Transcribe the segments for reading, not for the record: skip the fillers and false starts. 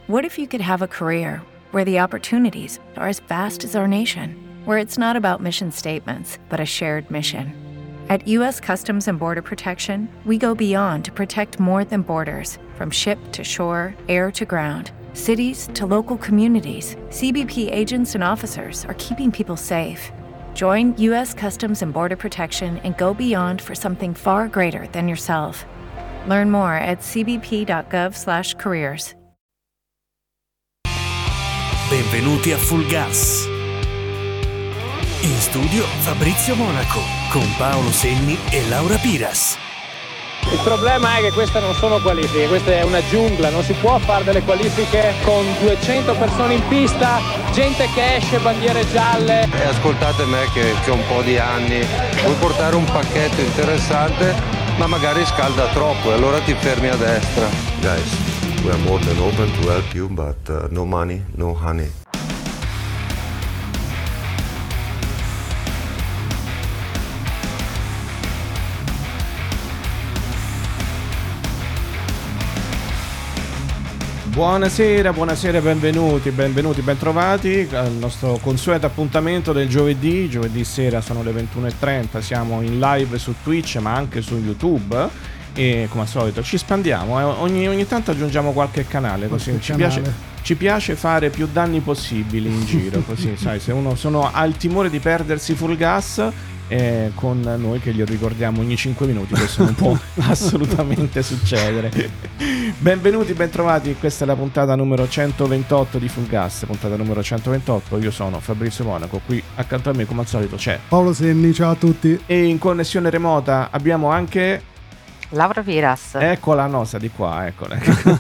What if you could have a career where the opportunities are as vast as our nation, where it's not about mission statements, but a shared mission? At U.S. Customs and Border Protection, we go beyond to protect more than borders. From ship to shore, air to ground, cities to local communities, CBP agents and officers are keeping people safe. Join U.S. Customs and Border Protection and go beyond for something far greater than yourself. Learn more at cbp.gov/careers. Benvenuti a Full Gas. In studio Fabrizio Monaco con Paolo Senni e Laura Piras. Il problema è che queste non sono qualifiche, questa è una giungla, non si può fare delle qualifiche con 200 persone in pista, gente che esce, bandiere gialle. E ascoltate me che ho un po' di anni, vuoi portare un pacchetto interessante ma magari scalda troppo e allora ti fermi a destra. Guys, we are more than open to help you, but no money, no honey. Buonasera, benvenuti, bentrovati al nostro consueto appuntamento del giovedì sera, sono le 21:30, siamo in live su Twitch ma anche su YouTube e come al solito ci spandiamo, ogni tanto aggiungiamo qualche canale, così ci piace fare più danni possibili in giro, così sai, se uno ha il timore di perdersi Full Gas, con noi che gli ricordiamo ogni 5 minuti, questo non può assolutamente succedere. Benvenuti, bentrovati, questa è la puntata numero 128 di Full Gas, puntata numero 128, io sono Fabrizio Monaco, qui accanto a me come al solito c'è Paolo Senni, ciao a tutti. E in connessione remota abbiamo anche Laura Piras. Eccola Nosa di qua, eccola.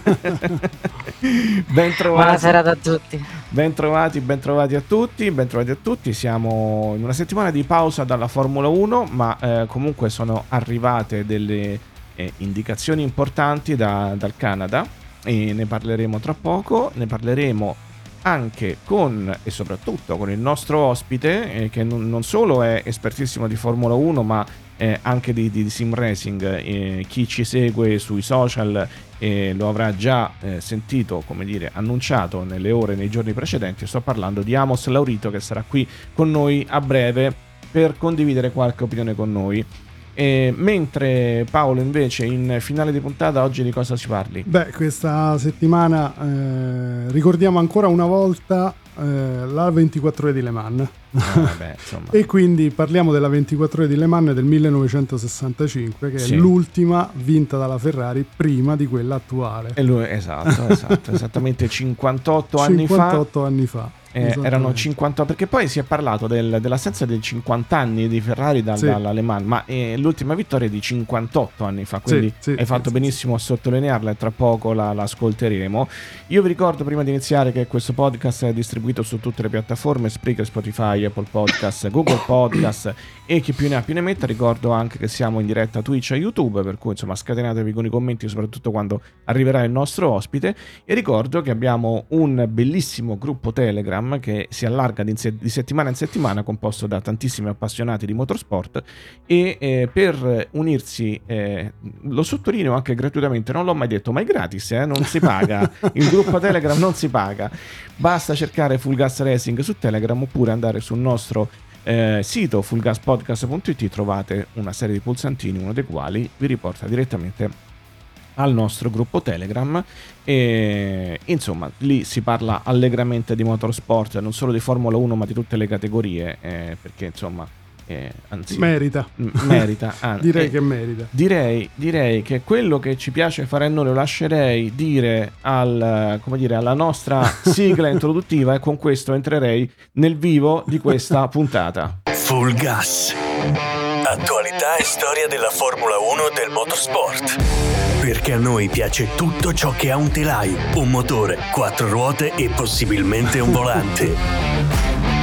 Bentrovati. Buonasera a tutti. Bentrovati a tutti. Siamo in una settimana di pausa dalla Formula 1, ma comunque sono arrivate delle indicazioni importanti dal Canada e ne parleremo tra poco. Ne parleremo anche con e soprattutto con il nostro ospite, che non solo è espertissimo di Formula 1 ma anche di sim racing. Chi ci segue sui social lo avrà già sentito, come dire, annunciato nei giorni precedenti. Sto parlando di Amos Laurito, che sarà qui con noi a breve per condividere qualche opinione con noi. Mentre Paolo invece in finale di puntata oggi di cosa ci parli? Beh, questa settimana ricordiamo ancora una volta la 24 ore di Le Mans. E quindi parliamo della 24 ore di Le Mans del 1965, che sì, è l'ultima vinta dalla Ferrari prima di quella attuale. Esatto, esattamente 58 anni fa. Erano 50, perché poi si è parlato dell'assenza dei 50 anni di Ferrari dalla Le Mans, ma l'ultima vittoria è di 58 anni fa, quindi hai fatto benissimo a sottolinearla e tra poco la ascolteremo. Io vi ricordo prima di iniziare che questo podcast è distribuito su tutte le piattaforme: Spreaker, Spotify, Apple Podcast, Google Podcast e chi più ne ha più ne metta. Ricordo anche che siamo in diretta Twitch e YouTube, per cui insomma scatenatevi con i commenti soprattutto quando arriverà il nostro ospite, e ricordo che abbiamo un bellissimo gruppo Telegram che si allarga di settimana in settimana, composto da tantissimi appassionati di motorsport, e per unirsi, lo sottolineo anche gratuitamente, non l'ho mai detto, ma è gratis, non si paga. Il gruppo Telegram non si paga, basta cercare Full Gas Racing su Telegram oppure andare sul nostro sito fullgaspodcast.it, trovate una serie di pulsantini, uno dei quali vi riporta direttamente al nostro gruppo Telegram, e insomma lì si parla allegramente di motorsport, non solo di Formula 1 ma di tutte le categorie, perché insomma anzi merita direi che merita. Direi che quello che ci piace fare a noi lo lascerei dire alla nostra sigla introduttiva, e con questo entrerei nel vivo di questa puntata. Full Gas, attualità e storia della Formula 1 del motorsport. Perché a noi piace tutto ciò che ha un telaio, un motore, 4 ruote e possibilmente un volante.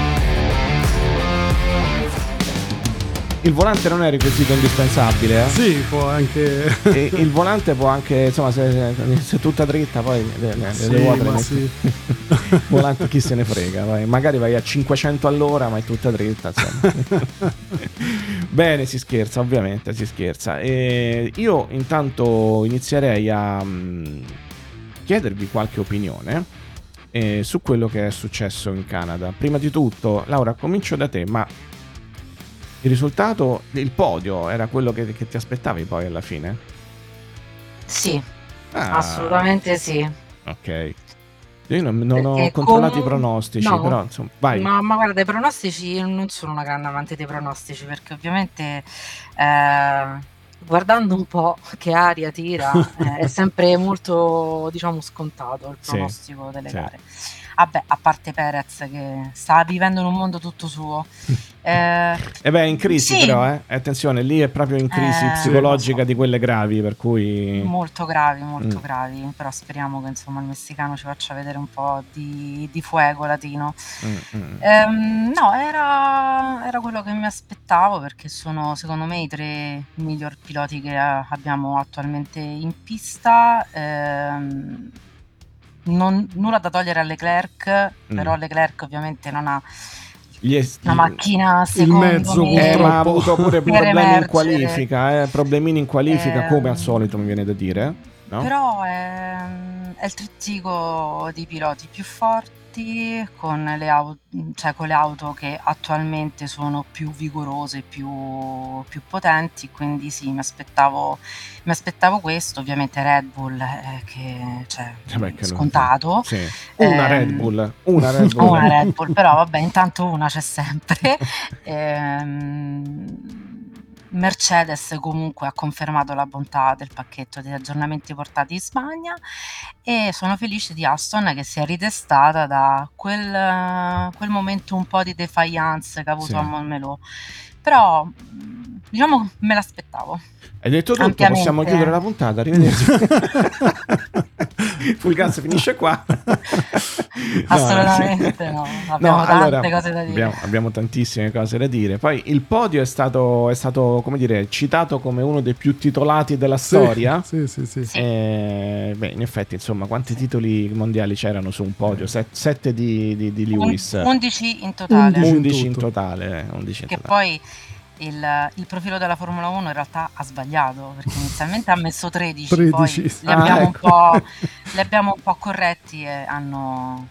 Il volante non è requisito indispensabile, Sì, può anche. E il volante può anche, insomma, se tutta dritta, poi le ruote le metti. Sì. Il volante chi se ne frega, magari vai a 500 all'ora, ma è tutta dritta, insomma. Bene, si scherza, ovviamente si scherza. E io intanto inizierei a chiedervi qualche opinione su quello che è successo in Canada. Prima di tutto, Laura, comincio da te, ma il risultato, il podio, era quello che ti aspettavi poi alla fine? Sì, assolutamente sì. Ok. Io non ho controllato i pronostici, no, però insomma, vai. Ma guarda, i pronostici, io non sono una grande amante dei pronostici, perché ovviamente guardando un po' che aria tira è sempre molto, diciamo, scontato il pronostico delle gare. Vabbè, a parte Perez che sta vivendo in un mondo tutto suo. È in crisi, sì. Però attenzione, lì è proprio in crisi psicologica, di quelle gravi, per cui molto gravi, gravi, però speriamo che insomma il messicano ci faccia vedere un po' di fuego latino. No, era quello che mi aspettavo, perché sono secondo me i 3 miglior piloti che abbiamo attualmente in pista. Nulla da togliere a Leclerc, però Leclerc ovviamente non ha una macchina, secondo il mezzo, me, ma ha avuto pure problemini in qualifica, problemini in qualifica, come al solito, mi viene da dire, no? Però è il trittico di piloti più forti, con le auto che attualmente sono più vigorose, più potenti, quindi sì, mi aspettavo questo. Ovviamente Red Bull che scontato, sì. Una Red Bull una Red Bull, però vabbè, intanto una c'è sempre. Mercedes comunque ha confermato la bontà del pacchetto di aggiornamenti portati in Spagna, e sono felice di Aston che si è ritestata da quel momento un po' di defiance che ha avuto a Montmeló, però diciamo me l'aspettavo. Hai detto tutto, possiamo chiudere la puntata, arrivederci. Full Gas finisce qua. Assolutamente no, abbiamo tante cose da dire. Abbiamo tantissime cose da dire. Poi il podio è stato come dire, citato come uno dei più titolati della storia. Sì. In effetti, insomma, quanti titoli mondiali c'erano su un podio? 7 di Lewis. 11 in totale. 11 in totale. Che poi il profilo della Formula 1 in realtà ha sbagliato, perché inizialmente ha messo 13. Poi li abbiamo un po' corretti e hanno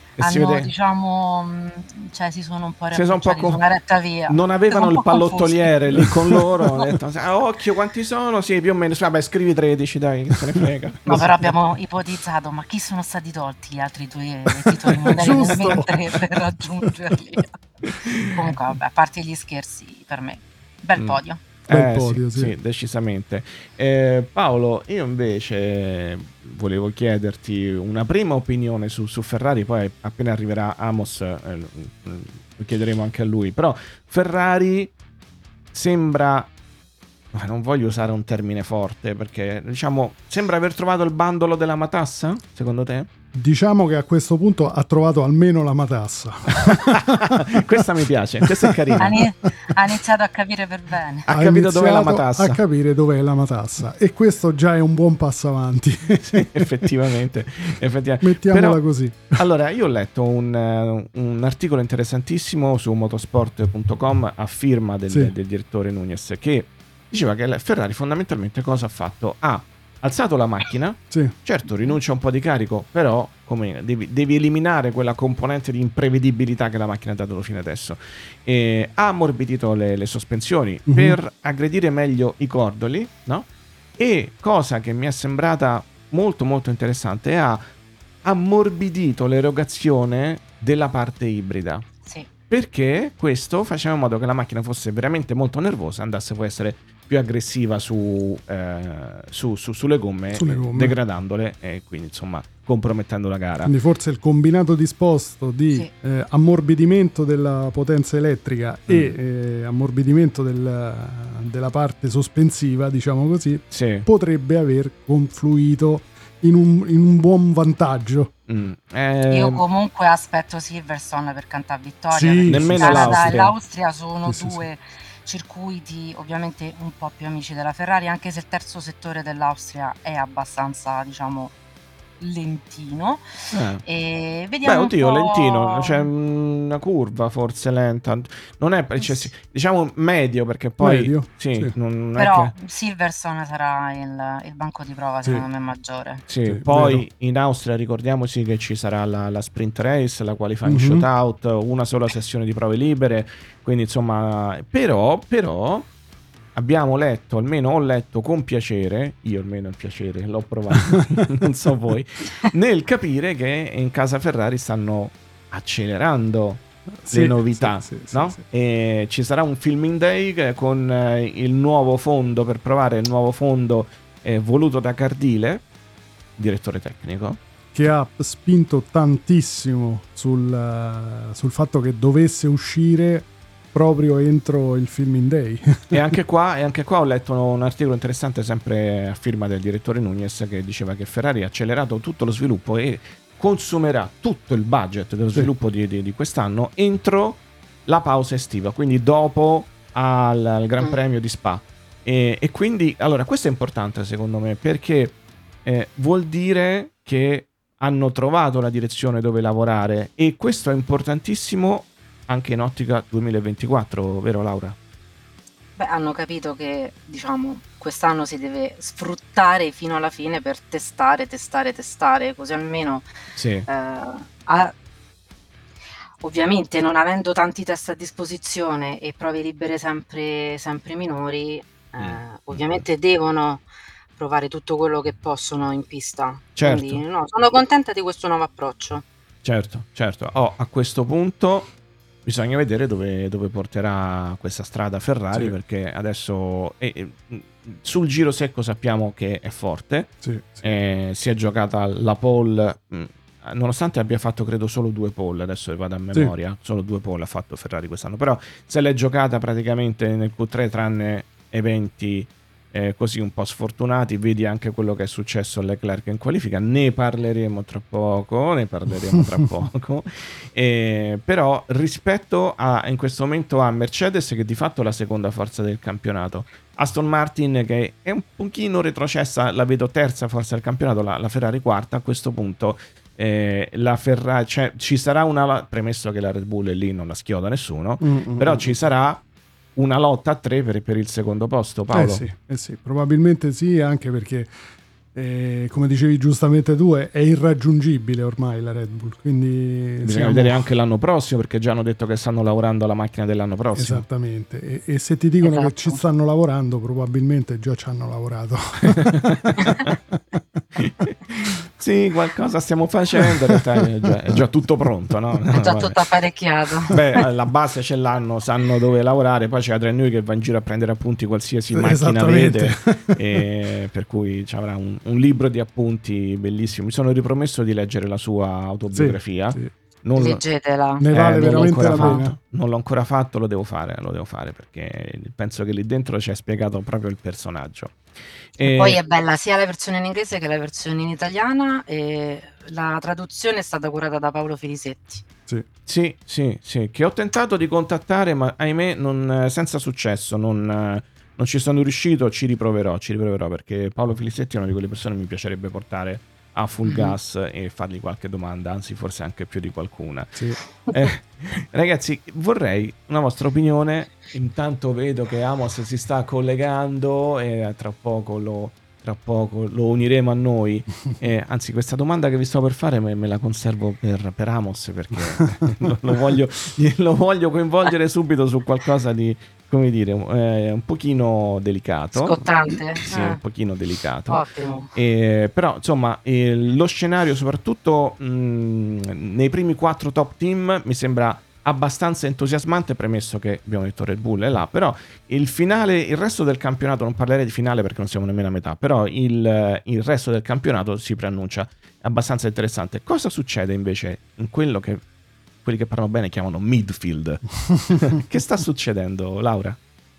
diciamo, cioè si sono un po' riapprocciati su una retta via. Non avevano il pallottoliere lì con loro. Hanno detto, occhio, quanti sono? Sì, più o meno. Vabbè, scrivi 13, dai, che se ne frega. No, però abbiamo ipotizzato, ma chi sono stati tolti gli altri 2 titoli mondiali nel 2003 per raggiungerli? Comunque, vabbè, a parte gli scherzi, per me bel podio. Podio, sì, decisamente. Paolo, io invece volevo chiederti una prima opinione su Ferrari, poi appena arriverà Amos lo chiederemo anche a lui. Però Ferrari sembra, non voglio usare un termine forte, perché diciamo sembra aver trovato il bandolo della matassa, secondo te? Diciamo che a questo punto ha trovato almeno la matassa. Questa mi piace, questa è carina. Ha iniziato a capire per bene. Ha capito dov'è la matassa. A capire dov'è la matassa. E questo già è un buon passo avanti. Sì, effettivamente. Mettiamola però, così. Allora, io ho letto un articolo interessantissimo su motorsport.com a firma del direttore Núñez, che diceva che Ferrari fondamentalmente cosa ha fatto? Ha alzato la macchina, certo rinuncia a un po' di carico, però devi eliminare quella componente di imprevedibilità che la macchina ha dato fino adesso. Ha ammorbidito le sospensioni per aggredire meglio i cordoli, no? E cosa che mi è sembrata molto molto interessante, ha ammorbidito l'erogazione della parte ibrida. Perché questo faceva in modo che la macchina fosse veramente molto nervosa, andasse poi a essere più aggressiva sulle gomme, degradandole e quindi insomma compromettendo la gara. Quindi forse il combinato disposto di ammorbidimento della potenza elettrica e ammorbidimento della parte sospensiva, diciamo così, potrebbe aver confluito in un buon vantaggio. Io comunque aspetto Silverstone per cantare vittoria, nemmeno Canada e l'Austria sono due circuiti ovviamente un po' più amici della Ferrari, anche se il terzo settore dell'Austria è abbastanza, diciamo, lentino e Beh, vediamo un oddio, lentino, po'. c'è una curva forse lenta, non è diciamo medio, perché poi Medio, sì, sì. non è Però che Silverstone sarà il banco di prova Sì. secondo me maggiore. sì, Sì, poi vero. in Austria ricordiamoci che ci sarà la sprint race, la qualifying shootout, una sola sessione di prove libere, quindi insomma, però abbiamo letto, almeno ho letto con piacere, io almeno il piacere, l'ho provato, non so voi, nel capire che in casa Ferrari stanno accelerando le novità, no? Sì. E ci sarà un filming day con il nuovo fondo, per provare il nuovo fondo voluto da Cardile, direttore tecnico, che ha spinto tantissimo sul fatto che dovesse uscire proprio entro il filming day. E anche qua ho letto un articolo interessante sempre a firma del direttore Nunez, che diceva che Ferrari ha accelerato tutto lo sviluppo e consumerà tutto il budget dello sviluppo di quest'anno entro la pausa estiva, quindi dopo al Gran Premio di Spa. E quindi, allora, questo è importante secondo me, perché vuol dire che hanno trovato la direzione dove lavorare, e questo è importantissimo anche in ottica 2024, vero Laura? Beh, hanno capito che, diciamo, quest'anno si deve sfruttare fino alla fine per testare, così almeno Sì. Ovviamente non avendo tanti test a disposizione e prove libere sempre minori, ovviamente devono provare tutto quello che possono in pista. Certo. Quindi no, sono contenta di questo nuovo approccio. Certo. A questo punto bisogna vedere dove porterà questa strada Ferrari, perché adesso sul giro secco sappiamo che è forte. Si è giocata la pole, nonostante abbia fatto credo solo 2 pole, adesso vado a memoria, solo 2 pole ha fatto Ferrari quest'anno, però se l'è giocata praticamente nel Q3, tranne eventi così un po' sfortunati. Vedi anche quello che è successo a Leclerc in qualifica, ne parleremo tra poco, però rispetto in questo momento a Mercedes, che di fatto è la seconda forza del campionato, Aston Martin che è un pochino retrocessa, la vedo terza forza del campionato, la Ferrari quarta. A questo punto la Ferrari, cioè, ci sarà premesso che la Red Bull è lì, non la schioda nessuno, però ci sarà una lotta a 3 per il secondo posto, Paolo. Sì, probabilmente sì, anche perché come dicevi giustamente tu, è irraggiungibile ormai la Red Bull, quindi bisogna vedere anche l'anno prossimo, perché già hanno detto che stanno lavorando alla macchina dell'anno prossimo. Esattamente, e se ti dicono che ci stanno lavorando, probabilmente già ci hanno lavorato. Sì, qualcosa stiamo facendo, in realtà è già tutto pronto, no? È già tutto apparecchiato. Beh, la base ce l'hanno, sanno dove lavorare, poi c'è Adrian Newey che va in giro a prendere appunti qualsiasi macchina vede, e per cui ci avrà un libro di appunti bellissimo. Mi sono ripromesso di leggere la sua autobiografia. Leggetela. Ne vale veramente la pena. Non l'ho ancora fatto, lo devo fare perché penso che lì dentro ci è spiegato proprio il personaggio. E poi è bella sia la versione in inglese che la versione in italiana, e la traduzione è stata curata da Paolo Filisetti. Sì, che ho tentato di contattare, ma ahimè senza successo, non ci sono riuscito. Ci riproverò, perché Paolo Filisetti è una di quelle persone che mi piacerebbe portare a full gas e fargli qualche domanda, anzi forse anche più di qualcuna. Ragazzi, vorrei una vostra opinione. Intanto vedo che Amos si sta collegando e tra poco lo uniremo a noi. Anzi, questa domanda che vi sto per fare me la conservo per Amos, perché lo voglio coinvolgere subito su qualcosa di, come dire, un pochino delicato. Scottante. Sì, un pochino delicato. Ottimo. Però, insomma, lo scenario, soprattutto nei primi 4 top team, mi sembra abbastanza entusiasmante, premesso che abbiamo detto Red Bull è là, però il resto del campionato, non parlerei di finale perché non siamo nemmeno a metà, però il resto del campionato si preannuncia abbastanza interessante. Cosa succede invece in quello che quelli che parlano bene chiamano midfield? Che sta succedendo, Laura?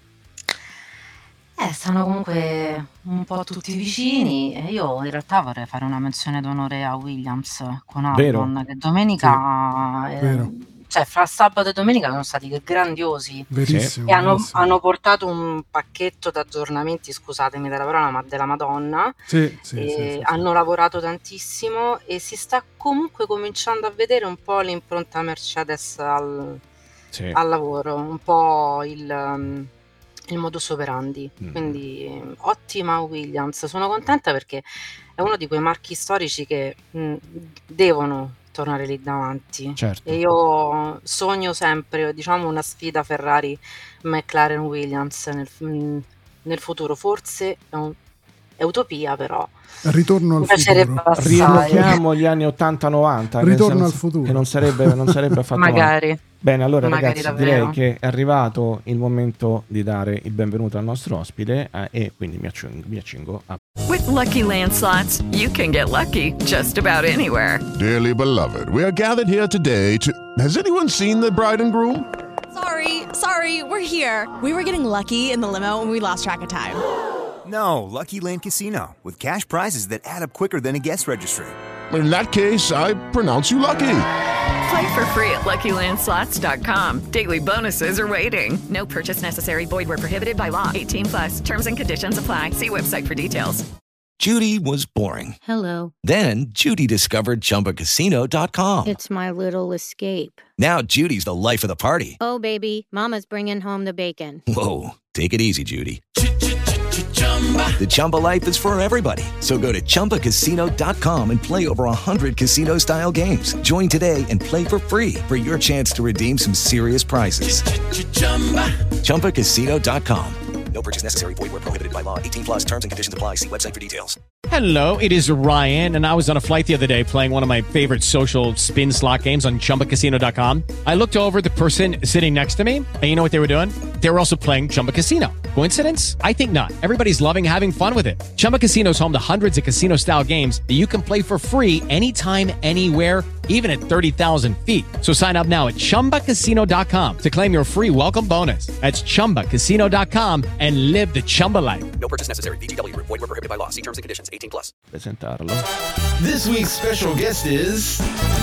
Stanno comunque un po' tutti vicini. Io in realtà vorrei fare una menzione d'onore a Williams con Albon, che domenica cioè fra sabato e domenica sono stati grandiosi. Verissimo, E hanno portato un pacchetto di aggiornamenti, scusatemi della parola, ma della Madonna. Sì. Hanno lavorato tantissimo e si sta comunque cominciando a vedere un po' l'impronta Mercedes al lavoro, un po' il modus operandi. Quindi ottima Williams, sono contenta perché è uno di quei marchi storici che devono tornare lì davanti. Certo. E io sogno sempre, diciamo, una sfida Ferrari McLaren Williams nel futuro. Forse è utopia, però ritorno al futuro. Rievochiamo gli anni 80-90. Ritorno al futuro. Che non sarebbe affatto magari male. Bene, allora magari ragazzi, davvero. direi che è arrivato il momento di dare il benvenuto al nostro ospite e quindi mi accingo a... With Lucky Land Slots, you can get lucky just about anywhere. Dearly beloved, we are gathered here today to... Has anyone seen the bride and groom? Sorry, we're here. We were getting lucky in the limo and we lost track of time. No, Lucky Land Casino, with cash prizes that add up quicker than a guest registry. In that case, I pronounce you lucky. Play for free at LuckyLandSlots.com. Daily bonuses are waiting. No purchase necessary. Void where prohibited by law. 18+. Terms and conditions apply. See website for details. Judy was boring. Hello. Then Judy discovered ChumbaCasino.com. It's my little escape. Now Judy's the life of the party. Oh, baby, mama's bringing home the bacon. Whoa, take it easy, Judy. The Chumba life is for everybody. So go to ChumbaCasino.com and play over 100 casino-style games. Join today and play for free for your chance to redeem some serious prizes. ChumbaCasino.com. No purchase necessary. Void where prohibited by law. 18+. Terms and conditions apply. See website for details. Hello, it is Ryan, and I was on a flight the other day playing one of my favorite social spin slot games on ChumbaCasino.com. I looked over at the person sitting next to me, and you know what they were doing? They were also playing Chumba Casino. Coincidence? I think not. Everybody's loving having fun with it. Chumba Casino is home to hundreds of casino-style games that you can play for free anytime, anywhere, even at 30,000 feet. So sign up now at ChumbaCasino.com to claim your free welcome bonus. That's ChumbaCasino.com and live the Chumba life. No purchase necessary. VGW. Void where prohibited by law. See terms and conditions. 18+. Presentarlo. This week's special guest is...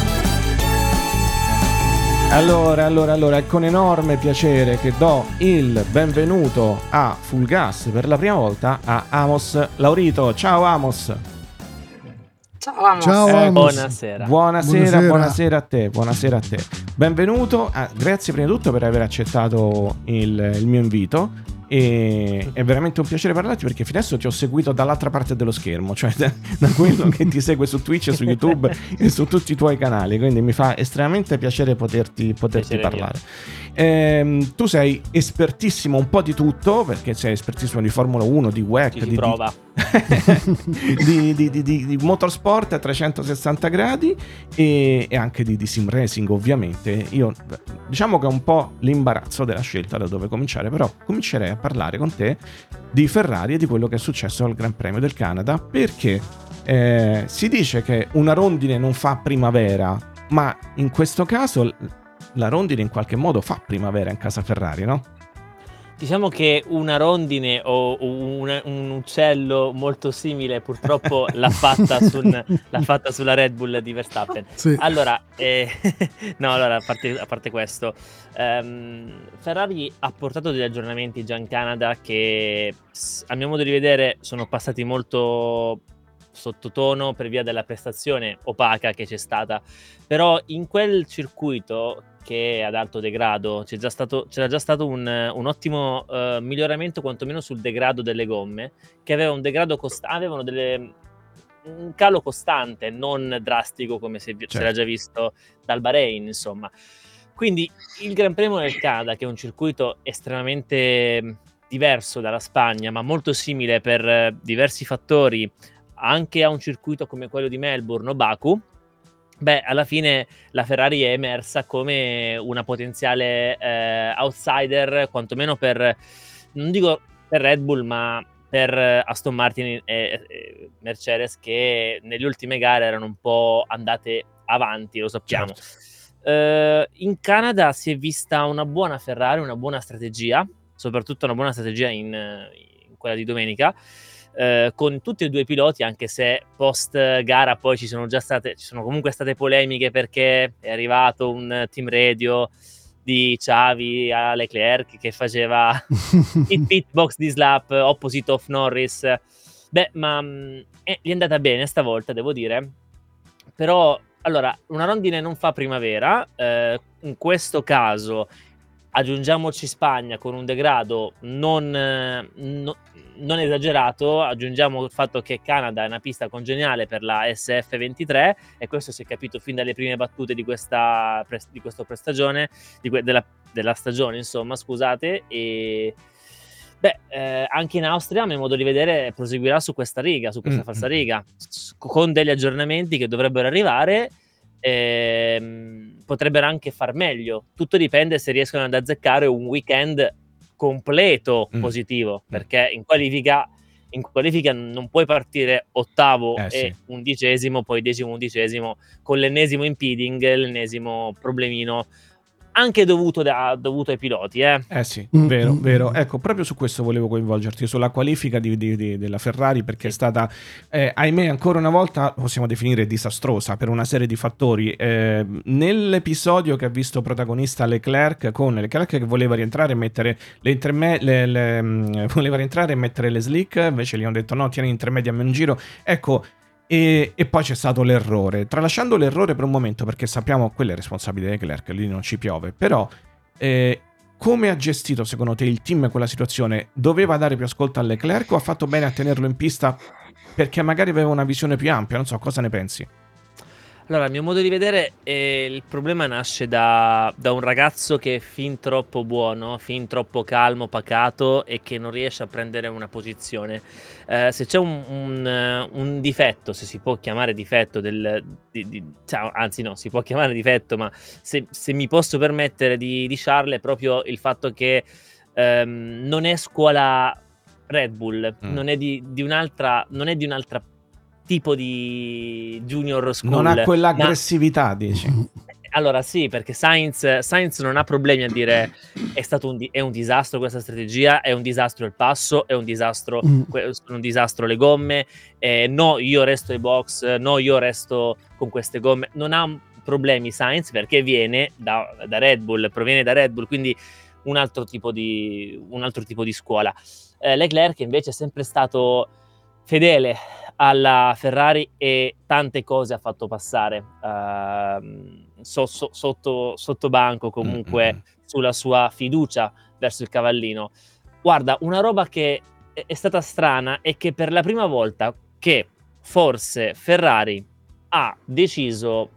Allora, è con enorme piacere che do il benvenuto a Full Gas per la prima volta a Amos Laurito. Ciao Amos. Ciao Amos. Ciao, Amos. Buonasera a te. Benvenuto, grazie prima di tutto per aver accettato il mio invito. E è veramente un piacere parlarti perché fino adesso ti ho seguito dall'altra parte dello schermo, cioè da quello che ti segue su Twitch, su YouTube e su tutti i tuoi canali, quindi mi fa estremamente piacere poterti parlare. Tu sei espertissimo un po' di tutto, perché sei espertissimo di Formula 1, di WEC, di motorsport a 360 gradi e anche di sim racing, ovviamente. Io diciamo che ho un po' l'imbarazzo della scelta da dove cominciare, però comincerei a parlare con te di Ferrari e di quello che è successo al Gran Premio del Canada, perché si dice che una rondine non fa primavera, ma in questo caso la rondine in qualche modo fa primavera in casa Ferrari, no? Diciamo che una rondine o un uccello molto simile purtroppo l'ha fatta sulla Red Bull di Verstappen. Sì. Allora, a parte questo, Ferrari ha portato degli aggiornamenti già in Canada che a mio modo di vedere sono passati molto sottotono per via della prestazione opaca che c'è stata, però in quel circuito che è ad alto degrado c'era già stato un ottimo miglioramento quantomeno sul degrado delle gomme, che aveva un degrado avevano un calo costante, non drastico come si era già visto dal Bahrain, insomma. Quindi il Gran Premio del Canada, che è un circuito estremamente diverso dalla Spagna, ma molto simile per diversi fattori anche a un circuito come quello di Melbourne o Baku, alla fine la Ferrari è emersa come una potenziale outsider, quantomeno non dico per Red Bull, ma per Aston Martin e Mercedes, che nelle ultime gare erano un po' andate avanti, lo sappiamo. Certo. In Canada si è vista una buona Ferrari, una buona strategia, soprattutto una buona strategia in quella di domenica. con tutti e due i piloti, anche se post gara poi ci sono comunque state polemiche, perché è arrivato un team radio di Xavi a Leclerc che faceva il pit box di slap opposite of Norris. Ma gli è andata bene stavolta, devo dire. Però, allora, una rondine non fa primavera. In questo caso aggiungiamoci Spagna con un degrado non esagerato, aggiungiamo il fatto che Canada è una pista congeniale per la SF23, e questo si è capito fin dalle prime battute di questa prestagione, della stagione, insomma, scusate. E anche in Austria, a mio modo di vedere, proseguirà su questa riga, su questa falsa riga, con degli aggiornamenti che dovrebbero arrivare. Potrebbero anche far meglio. Tutto dipende se riescono ad azzeccare un weekend completo positivo, perché in qualifica non puoi partire ottavo e undicesimo, poi decimo, undicesimo, con l'ennesimo impeding, l'ennesimo problemino, anche dovuto ai piloti. Vero. Ecco, proprio su questo volevo coinvolgerti, sulla qualifica della Ferrari, perché è stata, ahimè, ancora una volta possiamo definire disastrosa per una serie di fattori. Nell'episodio che ha visto protagonista Leclerc che voleva rientrare e mettere voleva rientrare e mettere le slick, invece gli hanno detto no, tieni intermedia a un giro, ecco. E poi c'è stato l'errore, tralasciando l'errore per un momento, perché sappiamo quella è responsabile di Leclerc, lì non ci piove, però come ha gestito secondo te il team quella situazione? Doveva dare più ascolto a Leclerc o ha fatto bene a tenerlo in pista perché magari aveva una visione più ampia? Non so, cosa ne pensi? Allora, a mio modo di vedere, il problema nasce da un ragazzo che è fin troppo buono, fin troppo calmo, pacato, e che non riesce a prendere una posizione. Se c'è un difetto, se si può chiamare difetto, anzi no, si può chiamare difetto, ma se mi posso permettere di Charles, è proprio il fatto che non è scuola Red Bull, non è di un'altra tipo di junior school, non ha quell'aggressività, dici? Allora sì, perché Sainz non ha problemi a dire è un disastro questa strategia, è un disastro il passo, è un disastro le gomme, no, io resto ai box, no, io resto con queste gomme. Non ha problemi Sainz, perché viene da Red Bull, proviene da Red Bull, quindi un altro tipo di scuola. Leclerc invece è sempre stato fedele alla Ferrari e tante cose ha fatto passare sotto banco, comunque sulla sua fiducia verso il cavallino. Guarda, una roba che è stata strana è che per la prima volta che forse Ferrari ha deciso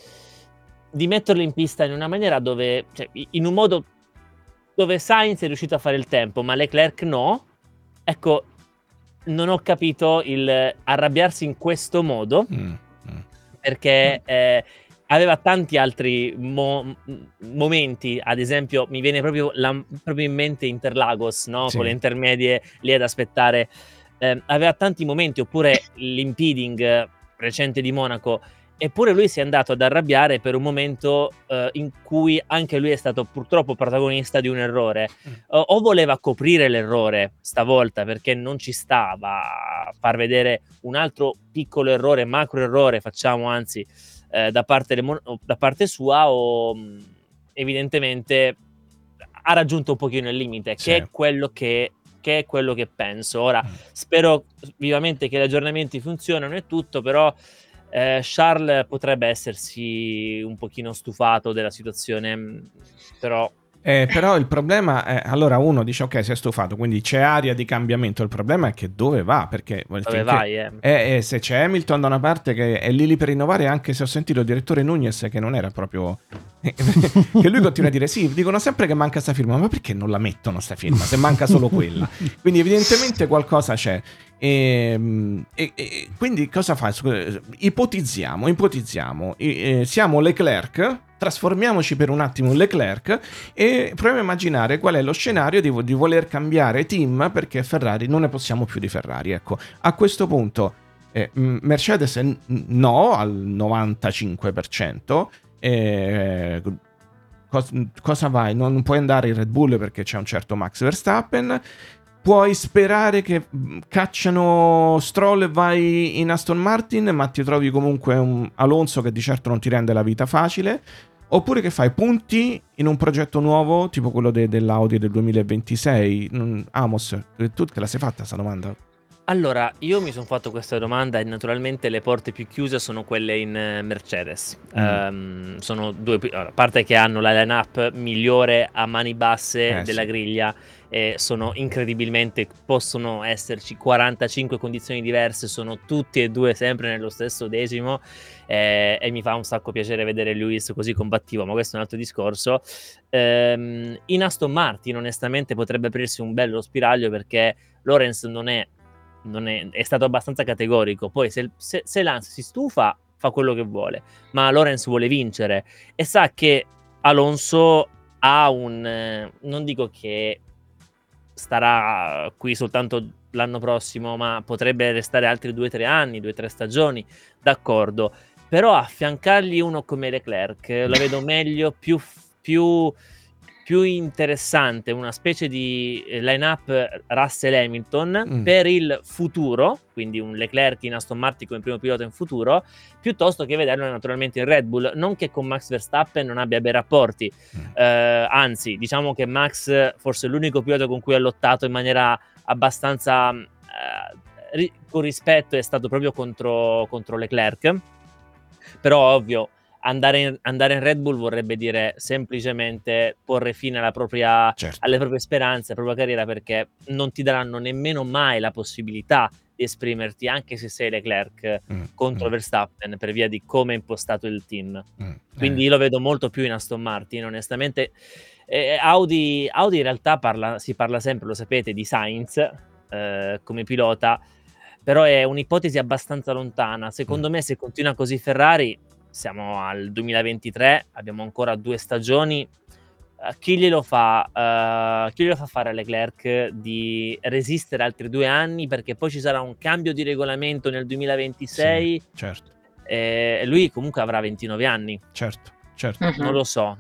di metterlo in pista in una maniera in un modo dove Sainz è riuscito a fare il tempo, ma Leclerc no. Ecco, non ho capito il arrabbiarsi in questo modo, perché aveva tanti altri momenti. Ad esempio, mi viene proprio in mente Interlagos, no? Sì. Con le intermedie lì ad aspettare. Aveva tanti momenti, oppure l'impeding recente di Monaco. Eppure lui si è andato ad arrabbiare per un momento in cui anche lui è stato purtroppo protagonista di un errore. O voleva coprire l'errore stavolta, perché non ci stava a far vedere un altro piccolo errore, macro errore, facciamo anzi, da parte sua, o evidentemente ha raggiunto un pochino il limite, sì. che è quello che penso. Ora spero vivamente che gli aggiornamenti funzionino e tutto, però Charles potrebbe essersi un pochino stufato della situazione, però il problema è, allora uno dice ok, si è stufato, quindi c'è aria di cambiamento, il problema è che dove va, perché se c'è Hamilton da una parte che è lì per rinnovare, anche se ho sentito il direttore Nunez che non era proprio che lui continua a dire sì, dicono sempre che manca sta firma, ma perché non la mettono sta firma se manca solo quella? Quindi evidentemente qualcosa c'è. E quindi cosa fa? Ipotizziamo, siamo Leclerc, trasformiamoci per un attimo in Leclerc e proviamo a immaginare qual è lo scenario di voler cambiare team, perché Ferrari non ne possiamo più di Ferrari. Ecco, a questo punto Mercedes no al 95%. Cosa vai? Non puoi andare in Red Bull perché c'è un certo Max Verstappen. puoi sperare che cacciano Stroll e vai in Aston Martin, ma ti trovi comunque un Alonso che di certo non ti rende la vita facile, oppure che fai punti in un progetto nuovo tipo quello dell'Audi del 2026. Amos, tu te la sei fatta questa domanda? Allora, io mi sono fatto questa domanda e naturalmente le porte più chiuse sono quelle in Mercedes. Sono due, a parte che hanno la line-up migliore a mani basse della griglia, e sono incredibilmente, possono esserci 45 condizioni diverse, sono tutti e due sempre nello stesso decimo, e mi fa un sacco piacere vedere Lewis così combattivo, ma questo è un altro discorso. In Aston Martin onestamente potrebbe aprirsi un bello spiraglio, perché Lawrence non è stato abbastanza categorico. Poi se Lance si stufa fa quello che vuole, ma Lawrence vuole vincere e sa che Alonso ha non dico che starà qui soltanto l'anno prossimo, ma potrebbe restare altri 2-3 anni, 2-3 stagioni, d'accordo, però affiancargli uno come Leclerc la vedo meglio, più interessante, una specie di line-up Russell-Hamilton per il futuro, quindi un Leclerc in Aston Martin come primo pilota in futuro, piuttosto che vederlo naturalmente in Red Bull. Non che con Max Verstappen non abbia bei rapporti, anzi, diciamo che Max forse è l'unico pilota con cui ha lottato in maniera abbastanza con rispetto, è stato proprio contro Leclerc, però ovvio, andare in Red Bull vorrebbe dire semplicemente porre fine alle proprie speranze, alla propria carriera, perché non ti daranno nemmeno mai la possibilità di esprimerti, anche se sei Leclerc, contro Verstappen, per via di come è impostato il team. Quindi io lo vedo molto più in Aston Martin, onestamente. Audi in realtà si parla sempre, lo sapete, di Sainz come pilota, però è un'ipotesi abbastanza lontana. Secondo me, se continua così Ferrari, siamo al 2023, abbiamo ancora 2 stagioni. Chi glielo fa fare a Leclerc di resistere altri 2 anni, perché poi ci sarà un cambio di regolamento nel 2026? Sì, certo. Lui comunque avrà 29 anni. Certo. Non lo so.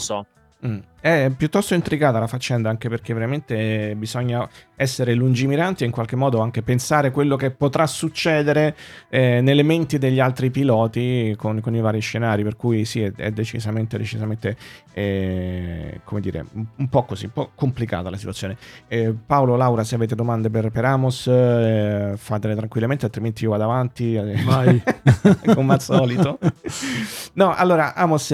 È piuttosto intricata la faccenda, anche perché veramente bisogna essere lungimiranti e in qualche modo anche pensare quello che potrà succedere nelle menti degli altri piloti con i vari scenari, per cui sì, è decisamente come dire, un po' così, un po' complicata la situazione. Paolo, Laura, se avete domande per Amos, fatele tranquillamente, altrimenti io vado avanti. Vai. Come al solito. No, allora Amos,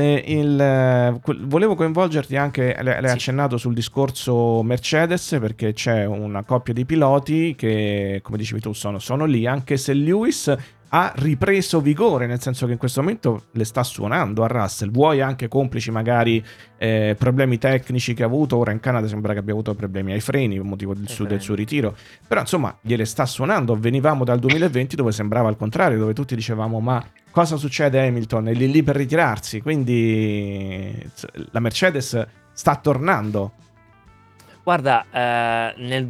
volevo coinvolgerti anche, l'hai accennato sul discorso Mercedes, perché c'è una coppia di piloti che, come dicevi tu, sono lì, anche se Lewis ha ripreso vigore, nel senso che in questo momento le sta suonando a Russell, vuoi anche complici magari problemi tecnici che ha avuto. Ora in Canada sembra che abbia avuto problemi ai freni, un motivo del suo ritiro, però insomma gliele sta suonando. Venivamo dal 2020 dove sembrava il contrario, dove tutti dicevamo ma cosa succede a Hamilton? È lì per ritirarsi, quindi la Mercedes sta tornando. Guarda, nel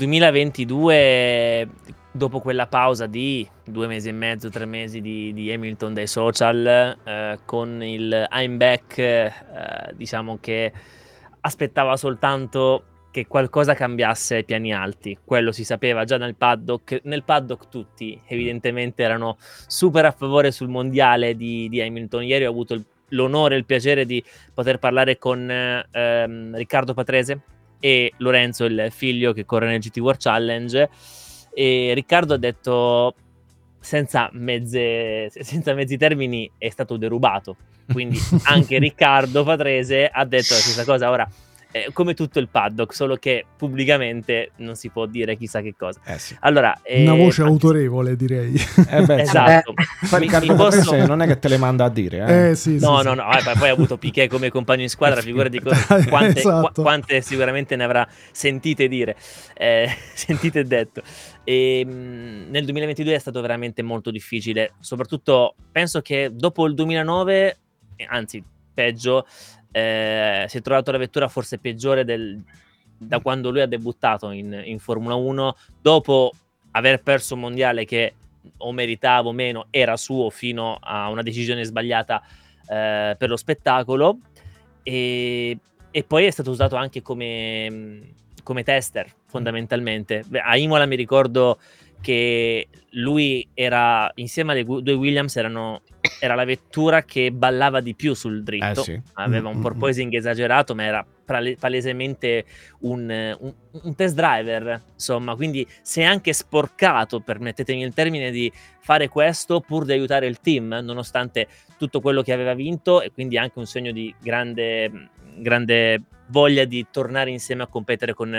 2022, dopo quella pausa di 2 mesi e mezzo, 3 mesi di Hamilton dai social, con il I'm back, diciamo che aspettava soltanto che qualcosa cambiasse ai piani alti. Quello si sapeva già nel paddock. Nel paddock tutti evidentemente erano super a favore sul mondiale di Hamilton. Ieri ho avuto l'onore e il piacere di poter parlare con Riccardo Patrese e Lorenzo, il figlio che corre nel GT World Challenge, e Riccardo ha detto senza mezzi termini è stato derubato, quindi anche Riccardo Patrese ha detto la stessa cosa. Ora, come tutto il paddock, solo che pubblicamente non si può dire chissà che cosa. Sì. Allora, una voce autorevole, direi. Esatto. Riccardo Patrese non è che te le manda a dire. Sì, no. Poi ha avuto Piquet come compagno in squadra, figurati quante sicuramente ne avrà sentite dire, sentite detto. E nel 2022 è stato veramente molto difficile, soprattutto penso che dopo il 2009, anzi peggio, si è trovato la vettura forse peggiore da quando lui ha debuttato in Formula 1, dopo aver perso un mondiale che o meritava o meno era suo, fino a una decisione sbagliata per lo spettacolo, e poi è stato usato anche come tester, fondamentalmente. A Imola mi ricordo che lui era, insieme alle due Williams, era la vettura che ballava di più sul dritto. Sì. Aveva un porpoising esagerato, ma era palesemente un test driver, insomma, quindi si è anche sporcato, permettetemi il termine, di fare questo pur di aiutare il team, nonostante tutto quello che aveva vinto, e quindi anche un segno di grande voglia di tornare insieme a competere con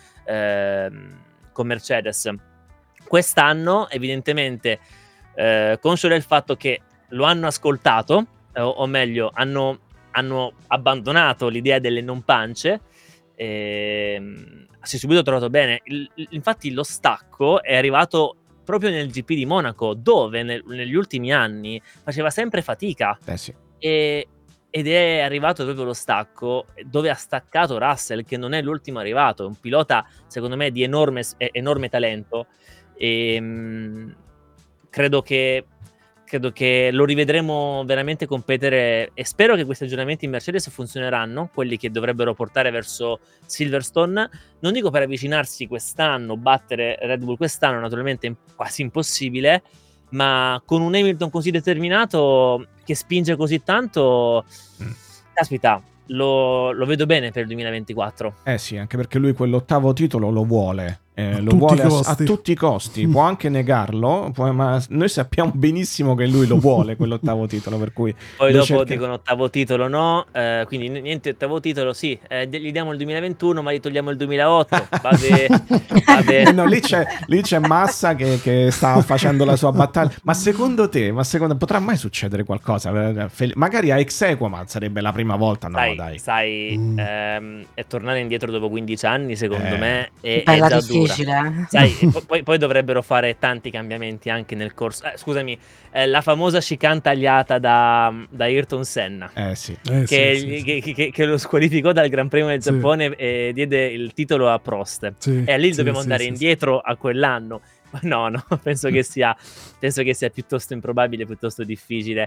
Mercedes. Quest'anno evidentemente, conscio del fatto che lo hanno ascoltato, o meglio hanno abbandonato l'idea delle non pance, si è subito trovato bene. Infatti lo stacco è arrivato proprio nel GP di Monaco, dove negli ultimi anni faceva sempre fatica, sì. Ed è arrivato proprio lo stacco dove ha staccato Russell, che non è l'ultimo arrivato, è un pilota secondo me di enorme talento, e credo che lo rivedremo veramente competere, e spero che questi aggiornamenti in Mercedes funzioneranno, quelli che dovrebbero portare verso Silverstone. Non dico per avvicinarsi quest'anno, battere Red Bull quest'anno, naturalmente è quasi impossibile, ma con un Hamilton così determinato, che spinge così tanto, caspita, lo vedo bene per il 2024. Sì, anche perché lui quell'ottavo titolo lo vuole. Lo vuole a tutti i costi, può anche negarlo, ma noi sappiamo benissimo che lui lo vuole quell'ottavo titolo, per cui poi dopo dicono ottavo titolo no, quindi niente ottavo titolo, sì, gli diamo il 2021 ma gli togliamo il 2008. Vabbè. No, lì c'è Massa che sta facendo la sua battaglia. Ma secondo te potrà mai succedere qualcosa? Magari a exequo, ma sarebbe la prima volta. No, sai, e tornare indietro dopo 15 anni secondo me è già dura. Sai, poi dovrebbero fare tanti cambiamenti anche nel corso. Scusami, la famosa chicane tagliata da Ayrton Senna, che lo squalificò dal Gran Premio del Giappone e diede il titolo a Prost. E lì dobbiamo andare indietro a quell'anno. No, penso che sia piuttosto improbabile, piuttosto difficile.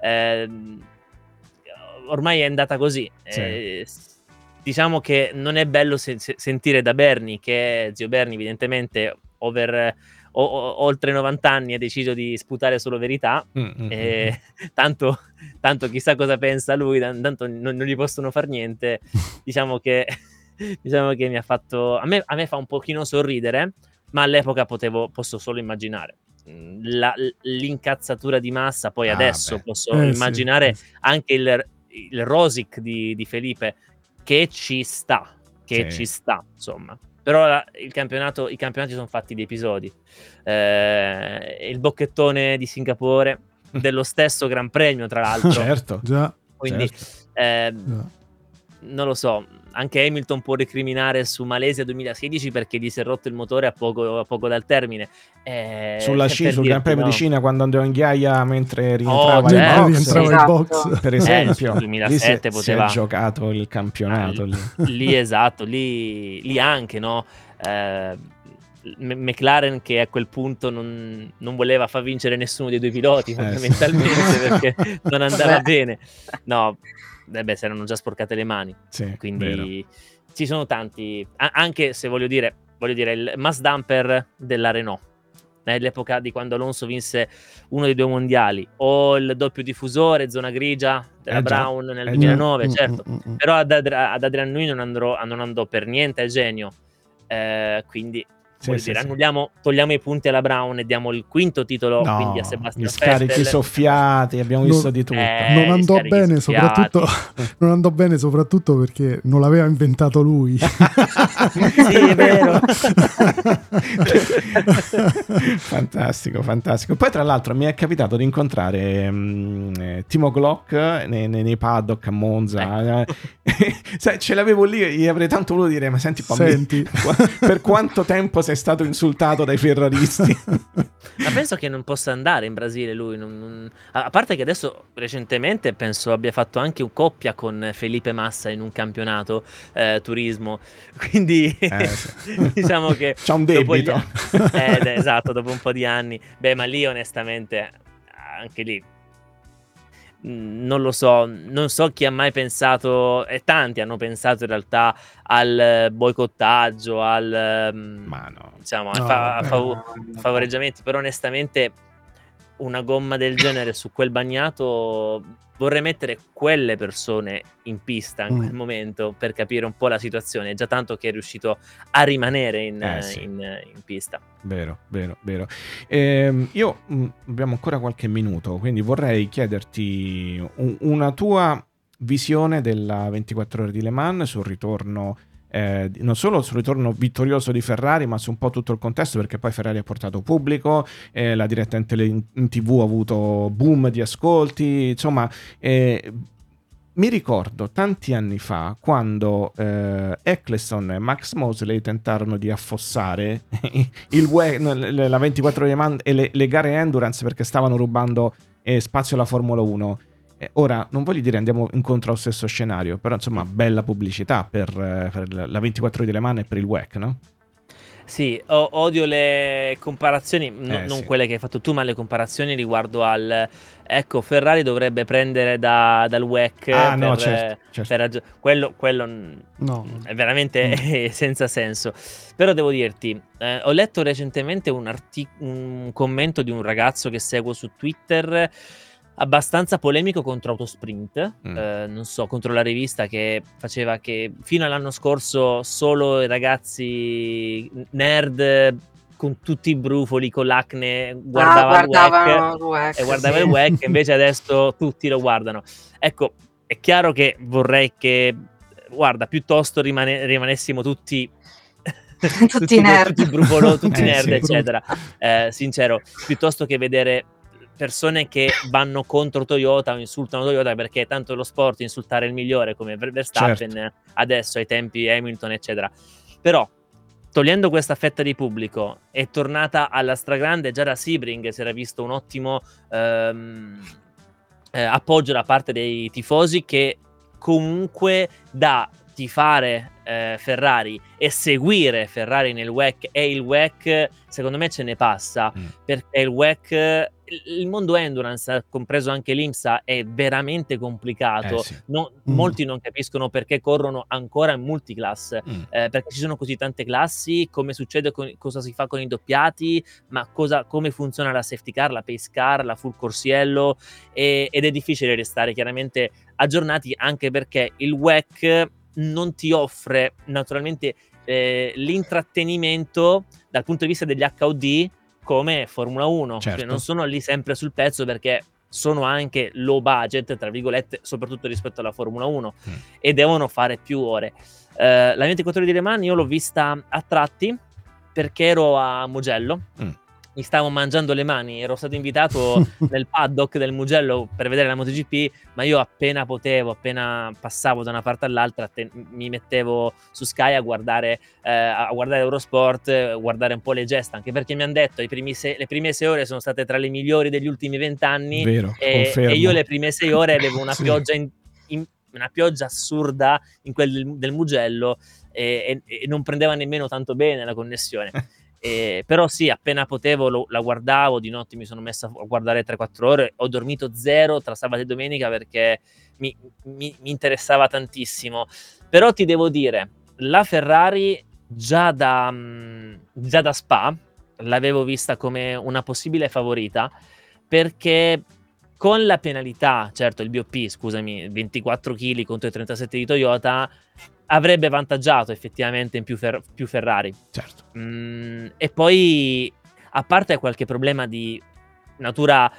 Ormai è andata così. Diciamo che non è bello sentire da Bernie, che zio Bernie evidentemente oltre 90 anni ha deciso di sputare solo verità, tanto chissà cosa pensa lui, tanto non gli possono far niente. Diciamo che mi ha fatto, a me fa un pochino sorridere, ma all'epoca posso solo immaginare l'incazzatura di Massa. Poi adesso posso immaginare anche il Rosic di Felipe, che ci sta, insomma. Però i campionati sono fatti di episodi. Il bocchettone di Singapore, dello stesso Gran Premio, tra l'altro. Certo, già. Quindi, non lo so, anche Hamilton può recriminare su Malesia 2016 perché gli si è rotto il motore a poco dal termine. Sulla sul Gran Premio di Cina, quando andò in ghiaia mentre rientrava in box, per esempio, 2007 lì si è giocato il campionato. Lì esatto, lì anche, no? McLaren, che a quel punto non voleva far vincere nessuno dei due piloti, fondamentalmente, perché non andava bene. No, si erano già sporcate le mani, quindi vero. Ci sono tanti, anche se voglio dire il mass dumper della Renault nell'epoca di quando Alonso vinse uno dei due mondiali, o il doppio diffusore zona grigia della Brown nel 2009, certo. Però ad Adrian Newey non andò per niente a genio, quindi togliamo i punti alla Brown e diamo il quinto titolo, quindi a Sebastian Vettel. Gli scarichi soffiati, abbiamo visto di tutto. Non andò bene soprattutto perché non l'aveva inventato lui. Sì, è vero. Fantastico. Poi tra l'altro mi è capitato di incontrare Timo Glock nei paddock a Monza. Ce l'avevo lì, gli avrei tanto voluto dire: ma senti, per quanto tempo sei stato insultato dai ferraristi? Ma penso che non possa andare in Brasile lui, a parte che adesso recentemente penso abbia fatto anche un coppia con Felipe Massa in un campionato turismo, quindi diciamo che c'ha un debito. Esatto, dopo un po' di anni. Ma lì onestamente anche lì non lo so, non so chi ha mai pensato, e tanti hanno pensato in realtà al boicottaggio, diciamo, favoreggiamenti, però onestamente una gomma del genere su quel bagnato, vorrei mettere quelle persone in pista in quel momento per capire un po' la situazione, già tanto che è riuscito a rimanere in pista. Vero. Abbiamo ancora qualche minuto, quindi vorrei chiederti una tua visione della 24 ore di Le Mans sul ritorno, non solo sul ritorno vittorioso di Ferrari, ma su un po' tutto il contesto, perché poi Ferrari ha portato pubblico, la diretta in TV ha avuto boom di ascolti, insomma. Mi ricordo tanti anni fa quando Eccleston e Max Mosley tentarono di affossare la 24 ore di Le Mans e le gare endurance, perché stavano rubando spazio alla Formula 1. Ora, non voglio dire andiamo incontro al stesso scenario, però insomma bella pubblicità per la 24 ore di Le Mans e per il WEC, no? Sì, odio le comparazioni, non quelle che hai fatto tu, ma le comparazioni riguardo al... Ecco, Ferrari dovrebbe prendere dal WEC certo. Quello è veramente senza senso. Però devo dirti, ho letto recentemente un commento di un ragazzo che seguo su Twitter, abbastanza polemico contro Autosprint, non so, contro la rivista che faceva che fino all'anno scorso solo i ragazzi nerd con tutti i brufoli, con l'acne, guardavano il WEC e guardava il WEC, invece adesso tutti lo guardano. Ecco, è chiaro che vorrei che, guarda, piuttosto rimanessimo tutti nerd, tutti brufolo, tutti nerd, eccetera. Sincero, piuttosto che vedere persone che vanno contro Toyota o insultano Toyota, perché tanto lo sport insultare il migliore come Verstappen, adesso ai tempi Hamilton, eccetera. Però togliendo questa fetta di pubblico, è tornata alla stragrande già da Sebring, si era visto un ottimo appoggio da parte dei tifosi, che comunque da tifare Ferrari e seguire Ferrari nel WEC e il WEC, secondo me ce ne passa, perché il WEC, il mondo endurance, compreso anche l'IMSA, è veramente complicato. Molti non capiscono perché corrono ancora in multiclass, perché ci sono così tante classi, come succede cosa si fa con i doppiati, ma come funziona la safety car, la pace car, la full corsiello, ed è difficile restare chiaramente aggiornati, anche perché il WEC non ti offre naturalmente l'intrattenimento dal punto di vista degli HUD come Formula 1, cioè non sono lì sempre sul pezzo, perché sono anche low budget, tra virgolette, soprattutto rispetto alla Formula 1, e devono fare più ore. La 24 ore di Le Mans io l'ho vista a tratti perché ero a Mugello, mi stavo mangiando le mani, ero stato invitato nel paddock del Mugello per vedere la MotoGP, ma io appena passavo da una parte all'altra mi mettevo su Sky a guardare Eurosport, guardare un po' le gesta, anche perché mi hanno detto le prime 6 ore sono state tra le migliori degli ultimi 20 anni. Vero, e io le prime 6 ore avevo una pioggia una pioggia assurda in quel del Mugello, e non prendeva nemmeno tanto bene la connessione. Però sì, appena potevo la guardavo. Di notte mi sono messo a guardare 3-4 ore, ho dormito zero tra sabato e domenica perché mi interessava tantissimo. Però ti devo dire, la Ferrari già da Spa l'avevo vista come una possibile favorita, perché con la penalità, certo il BOP, scusami, 24 kg contro i 37 di Toyota, avrebbe vantaggiato effettivamente in più Ferrari. Certo. E poi, a parte qualche problema di natura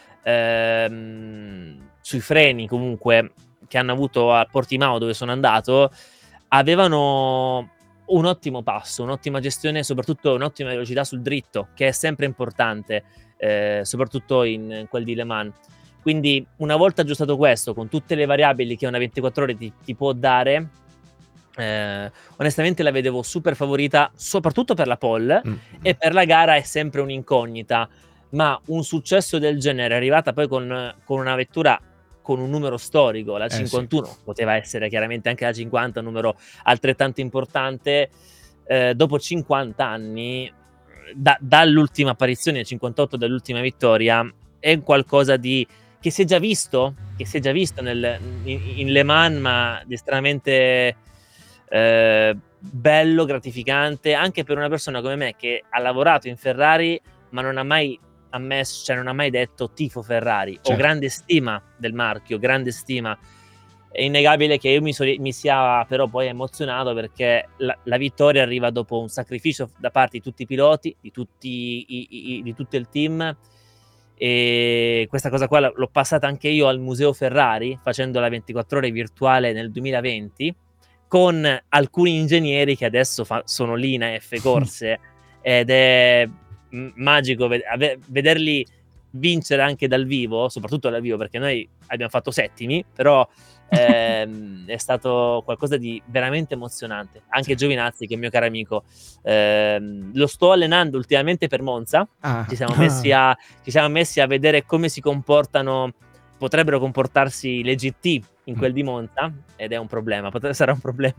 sui freni comunque che hanno avuto a Portimao, dove sono andato, avevano un ottimo passo, un'ottima gestione, soprattutto un'ottima velocità sul dritto, che è sempre importante, soprattutto in quel di Le Mans. Quindi una volta aggiustato questo, con tutte le variabili che una 24 ore ti può dare, onestamente la vedevo super favorita, soprattutto per la pole, e per la gara è sempre un'incognita, ma un successo del genere, arrivata poi con una vettura con un numero storico, la 51, poteva essere chiaramente anche la 50, un numero altrettanto importante, dopo 50 anni, dall'ultima apparizione, 58 dall'ultima vittoria, è qualcosa di che si è già visto in Le Mans, ma estremamente bello, gratificante, anche per una persona come me che ha lavorato in Ferrari ma non ha mai ammesso, cioè non ha mai detto tifo Ferrari. Ho grande stima del marchio, grande stima. È innegabile che io mi sia però poi emozionato, perché la vittoria arriva dopo un sacrificio da parte di tutti i piloti, di tutto il team, e questa cosa qua l'ho passata anche io al Museo Ferrari facendo la 24 ore virtuale nel 2020 con alcuni ingegneri che adesso sono lì in AF Corse ed è magico vederli vincere anche dal vivo, soprattutto dal vivo, perché noi abbiamo fatto settimi, però è stato qualcosa di veramente emozionante. Anche Giovinazzi, che è un mio caro amico, lo sto allenando ultimamente per Monza. Ci siamo messi a vedere come potrebbero comportarsi le GT in quel di Monza, ed è un problema, sarà un problema.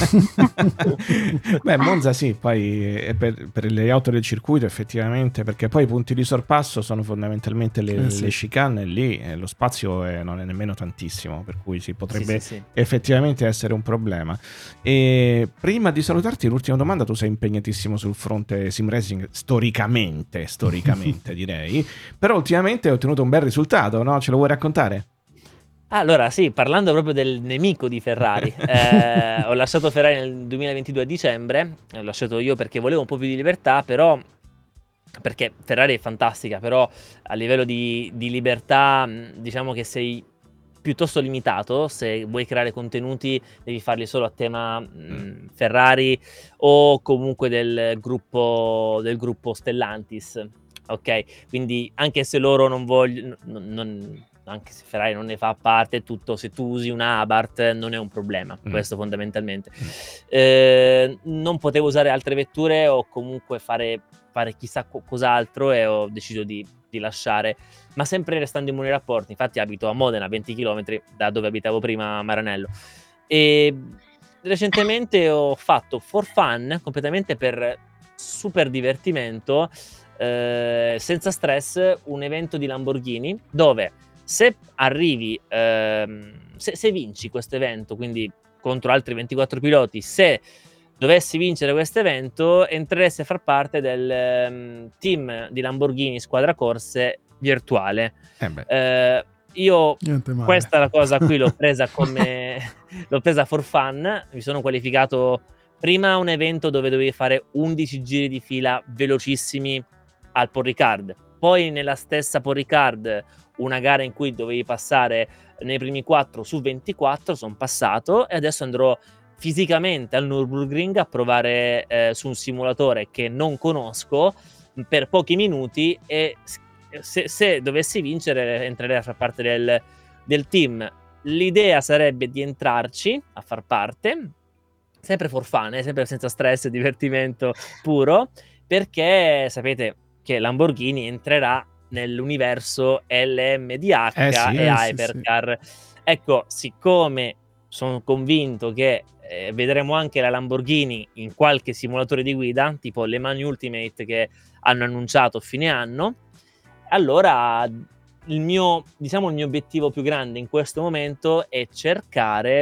Beh, Monza sì, poi per le auto del circuito effettivamente, perché poi i punti di sorpasso sono fondamentalmente le chicane, lì lo spazio non è nemmeno tantissimo, per cui potrebbe effettivamente essere un problema. E prima di salutarti, l'ultima domanda: tu sei impegnatissimo sul fronte sim racing storicamente direi, però ultimamente hai ottenuto un bel risultato, no? Ce lo vuoi raccontare? Allora sì, parlando proprio del nemico di Ferrari, ho lasciato Ferrari nel 2022 a dicembre, l'ho lasciato io perché volevo un po' più di libertà, però perché Ferrari è fantastica, però a livello di libertà diciamo che sei piuttosto limitato. Se vuoi creare contenuti devi farli solo a tema Ferrari o comunque del gruppo Stellantis, ok? Quindi anche se loro non vogliono, anche se Ferrari non ne fa parte, tutto, se tu usi una Abarth non è un problema, questo fondamentalmente. Non potevo usare altre vetture o comunque fare chissà cos'altro, e ho deciso di lasciare, ma sempre restando in buoni rapporti. Infatti abito a Modena, 20 km da dove abitavo prima a Maranello, e recentemente ho fatto for fun, completamente per super divertimento, senza stress, un evento di Lamborghini dove se arrivi, se vinci questo evento, quindi contro altri 24 piloti, se dovessi vincere questo evento, entreresti a far parte del team di Lamborghini Squadra Corse virtuale. Io questa la cosa qui l'ho presa for fun. Mi sono qualificato prima a un evento dove dovevi fare 11 giri di fila velocissimi al Paul Ricard, poi nella stessa Paul Ricard una gara in cui dovevi passare nei primi 4 su 24, sono passato, e adesso andrò fisicamente al Nürburgring a provare su un simulatore che non conosco per pochi minuti, e se dovessi vincere entrerei a far parte del team. L'idea sarebbe di entrarci a far parte, sempre for fun, sempre senza stress, divertimento puro, perché sapete che Lamborghini entrerà nell'universo LMDH e Hypercar. Ecco, siccome sono convinto che vedremo anche la Lamborghini in qualche simulatore di guida, tipo Le Mans Ultimate che hanno annunciato fine anno, allora il mio obiettivo più grande in questo momento è cercare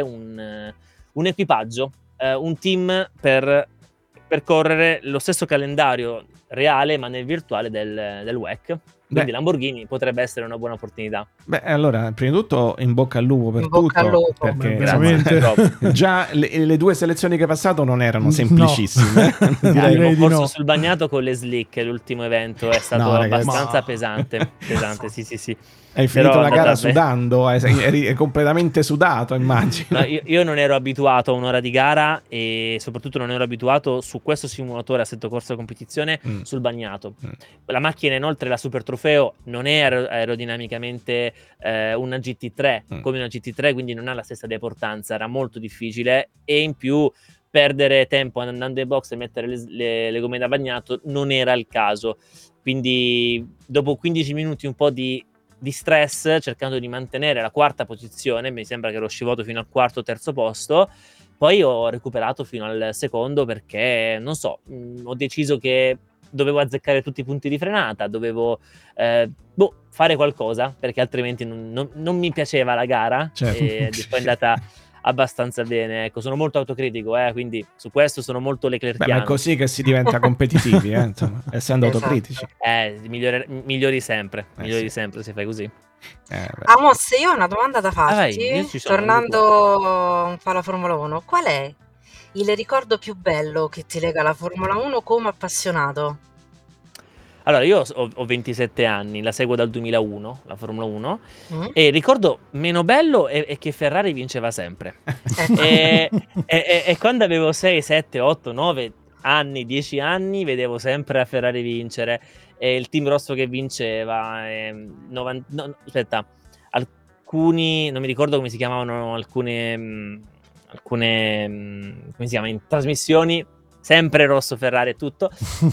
un equipaggio, un team per correre lo stesso calendario reale ma nel virtuale del WEC. Quindi Lamborghini potrebbe essere una buona opportunità. Beh, allora, prima di tutto in bocca al lupo per tutto, perché veramente già le due selezioni che hai passato non erano semplicissime. Direi corso sul bagnato con le slick, l'ultimo evento è stato abbastanza pesante, sì. Hai finito la gara sudando, eri completamente sudato, immagino. No, io non ero abituato a un'ora di gara, e soprattutto non ero abituato su questo simulatore assetto corsa competizione sul bagnato. La macchina, inoltre, la Super Trofeo, non è aerodinamicamente una GT3 come una GT3, quindi non ha la stessa deportanza, era molto difficile, e in più perdere tempo andando ai box e mettere le gomme da bagnato non era il caso. Quindi dopo 15 minuti un po' di stress, cercando di mantenere la quarta posizione, mi sembra che ero scivolato fino al quarto o terzo posto, poi ho recuperato fino al secondo, perché non so, ho deciso che dovevo azzeccare tutti i punti di frenata, dovevo fare qualcosa, perché altrimenti non mi piaceva la gara, certo. E poi è andata abbastanza bene, ecco, sono molto autocritico, quindi su questo sono molto leclerchiano. Ma è così che si diventa competitivi, insomma, essendo autocritici. Migliori sempre, sempre se fai così. Amos, io ho una domanda da farti, tornando un po' alla Formula 1, qual è il ricordo più bello che ti lega alla Formula 1 come appassionato? Allora, io ho 27 anni, la seguo dal 2001, la Formula 1, e il ricordo meno bello è che Ferrari vinceva sempre. e quando avevo 6, 7, 8, 9 anni, 10 anni, vedevo sempre la Ferrari vincere, e il team rosso che vinceva, alcuni, non mi ricordo come si chiamavano, alcune come si chiama, in trasmissioni, sempre rosso Ferrari e tutto.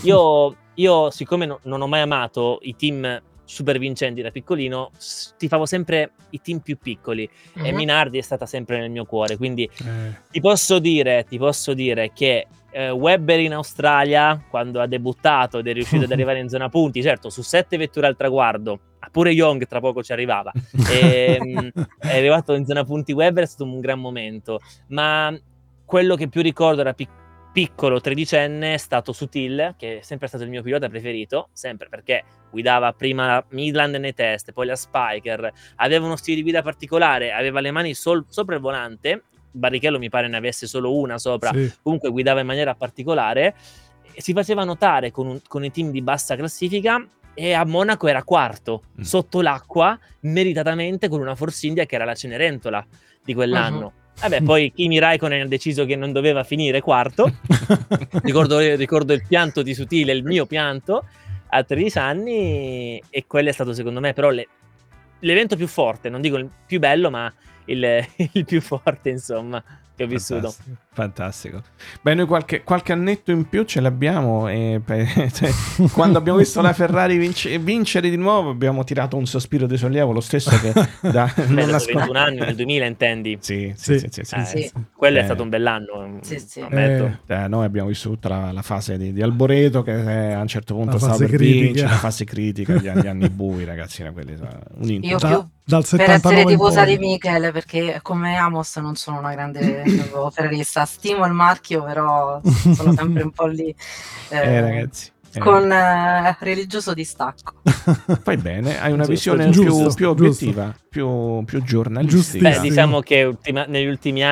Io siccome non ho mai amato i team super vincenti da piccolino, tifavo sempre i team più piccoli, e Minardi è stata sempre nel mio cuore, quindi ti posso dire che Webber in Australia, quando ha debuttato ed è riuscito ad arrivare in zona punti, certo su 7 vetture al traguardo, pure Young tra poco ci arrivava, è arrivato in zona punti Webber, è stato un gran momento, ma quello che più ricordo era piccolo tredicenne è stato Sutil, che è sempre stato il mio pilota preferito, sempre, perché guidava prima la Midland nei test, poi la Spiker, aveva uno stile di guida particolare, aveva le mani sopra il volante, Barrichello mi pare ne avesse solo una sopra, comunque guidava in maniera particolare, e si faceva notare con i team di bassa classifica, e a Monaco era quarto, sotto l'acqua, meritatamente, con una Force India che era la Cenerentola di quell'anno. Vabbè, poi Kimi Raikkonen ha deciso che non doveva finire quarto. ricordo il pianto di Sutile, il mio pianto a 13 anni, e quello è stato secondo me però l'evento più forte, non dico il più bello, ma il più forte, insomma, che ho vissuto. Fantastico. Beh, noi qualche annetto in più ce l'abbiamo, e quando abbiamo visto la Ferrari vincere di nuovo abbiamo tirato un sospiro di sollievo, lo stesso che da 21 anni, nel 2000 intendi? Sì. Quello è stato un bell'anno, ammetto. Noi abbiamo vissuto tutta la fase di Alboreto, che a un certo punto stava per vincere, la fase critica, gli anni bui, ragazzi, quelli io più dal per essere tifosa di Michele, perché come Amos non sono una grande ferrarista, stimo il marchio, però sono sempre un po' lì ragazzi, con religioso distacco. Fai bene, hai una visione più obiettiva, più giornalistica. Beh, diciamo che negli ultimi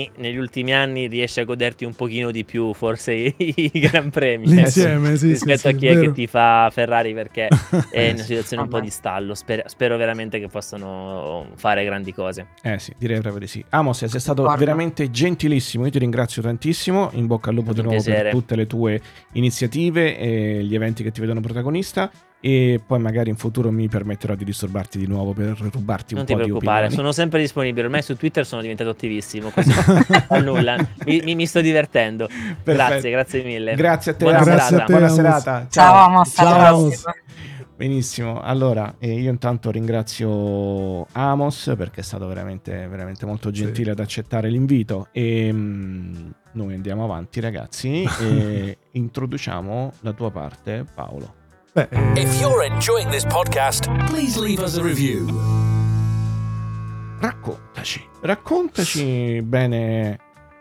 anni riesci a goderti un pochino di più forse i Gran Premi l'insieme, rispetto a chi è che ti fa Ferrari, perché è in una situazione un po' di stallo. Spero veramente che possano fare grandi cose. Sì, direi proprio di sì. Amos, sei stato veramente gentilissimo, io ti ringrazio tantissimo, in bocca al lupo di nuovo per tutte le tue iniziative e gli eventi che ti vedono protagonista, e poi magari in futuro mi permetterò di disturbarti di nuovo per rubarti un po' di opinioni. Non ti preoccupare, sono sempre disponibile, ormai su Twitter sono diventato attivissimo, così nulla, mi sto divertendo. Grazie mille. Grazie a te, buona serata. Ciao. Benissimo, allora io intanto ringrazio Amos perché è stato veramente, veramente molto gentile ad accettare l'invito, e noi andiamo avanti, ragazzi, e introduciamo la tua parte, Paolo. If you're enjoying this podcast, please leave us a review. Raccontaci bene.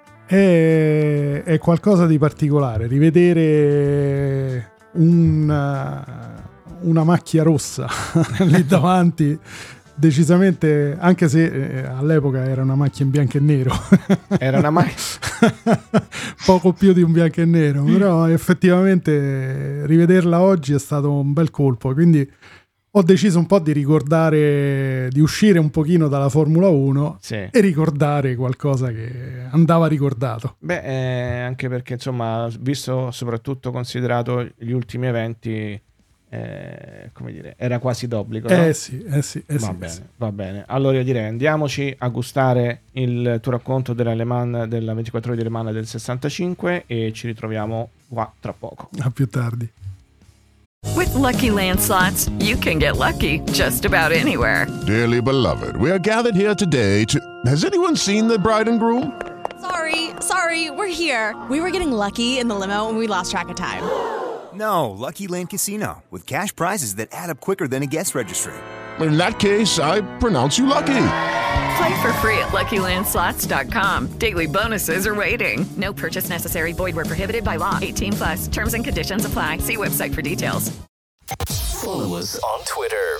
È qualcosa di particolare rivedere una macchia rossa lì davanti, decisamente, anche se all'epoca era una macchia in bianco e nero. Era una macchia poco più di un bianco e nero, però effettivamente rivederla oggi è stato un bel colpo, quindi ho deciso un po' di ricordare, di uscire un pochino dalla Formula 1 e ricordare qualcosa che andava ricordato. Anche perché, insomma, visto, soprattutto considerato gli ultimi eventi, come dire, era quasi d'obbligo, no? Va bene. Allora io direi andiamoci a gustare il tuo racconto della 24 ore di Le Mans del 65, e ci ritroviamo qua tra poco. A più tardi. With Lucky Land Slots, you can get lucky just about anywhere. Dearly beloved, we are gathered here today to... Has anyone seen the bride and groom? Sorry, we're here. We were getting lucky in the limo and we lost track of time. No, Lucky Land Casino, with cash prizes that add up quicker than a guest registry. In that case, I pronounce you lucky. Play for free at LuckyLandSlots.com. Daily bonuses are waiting. No purchase necessary. Void where prohibited by law. 18+. Terms and conditions apply. See website for details. Follow us on Twitter.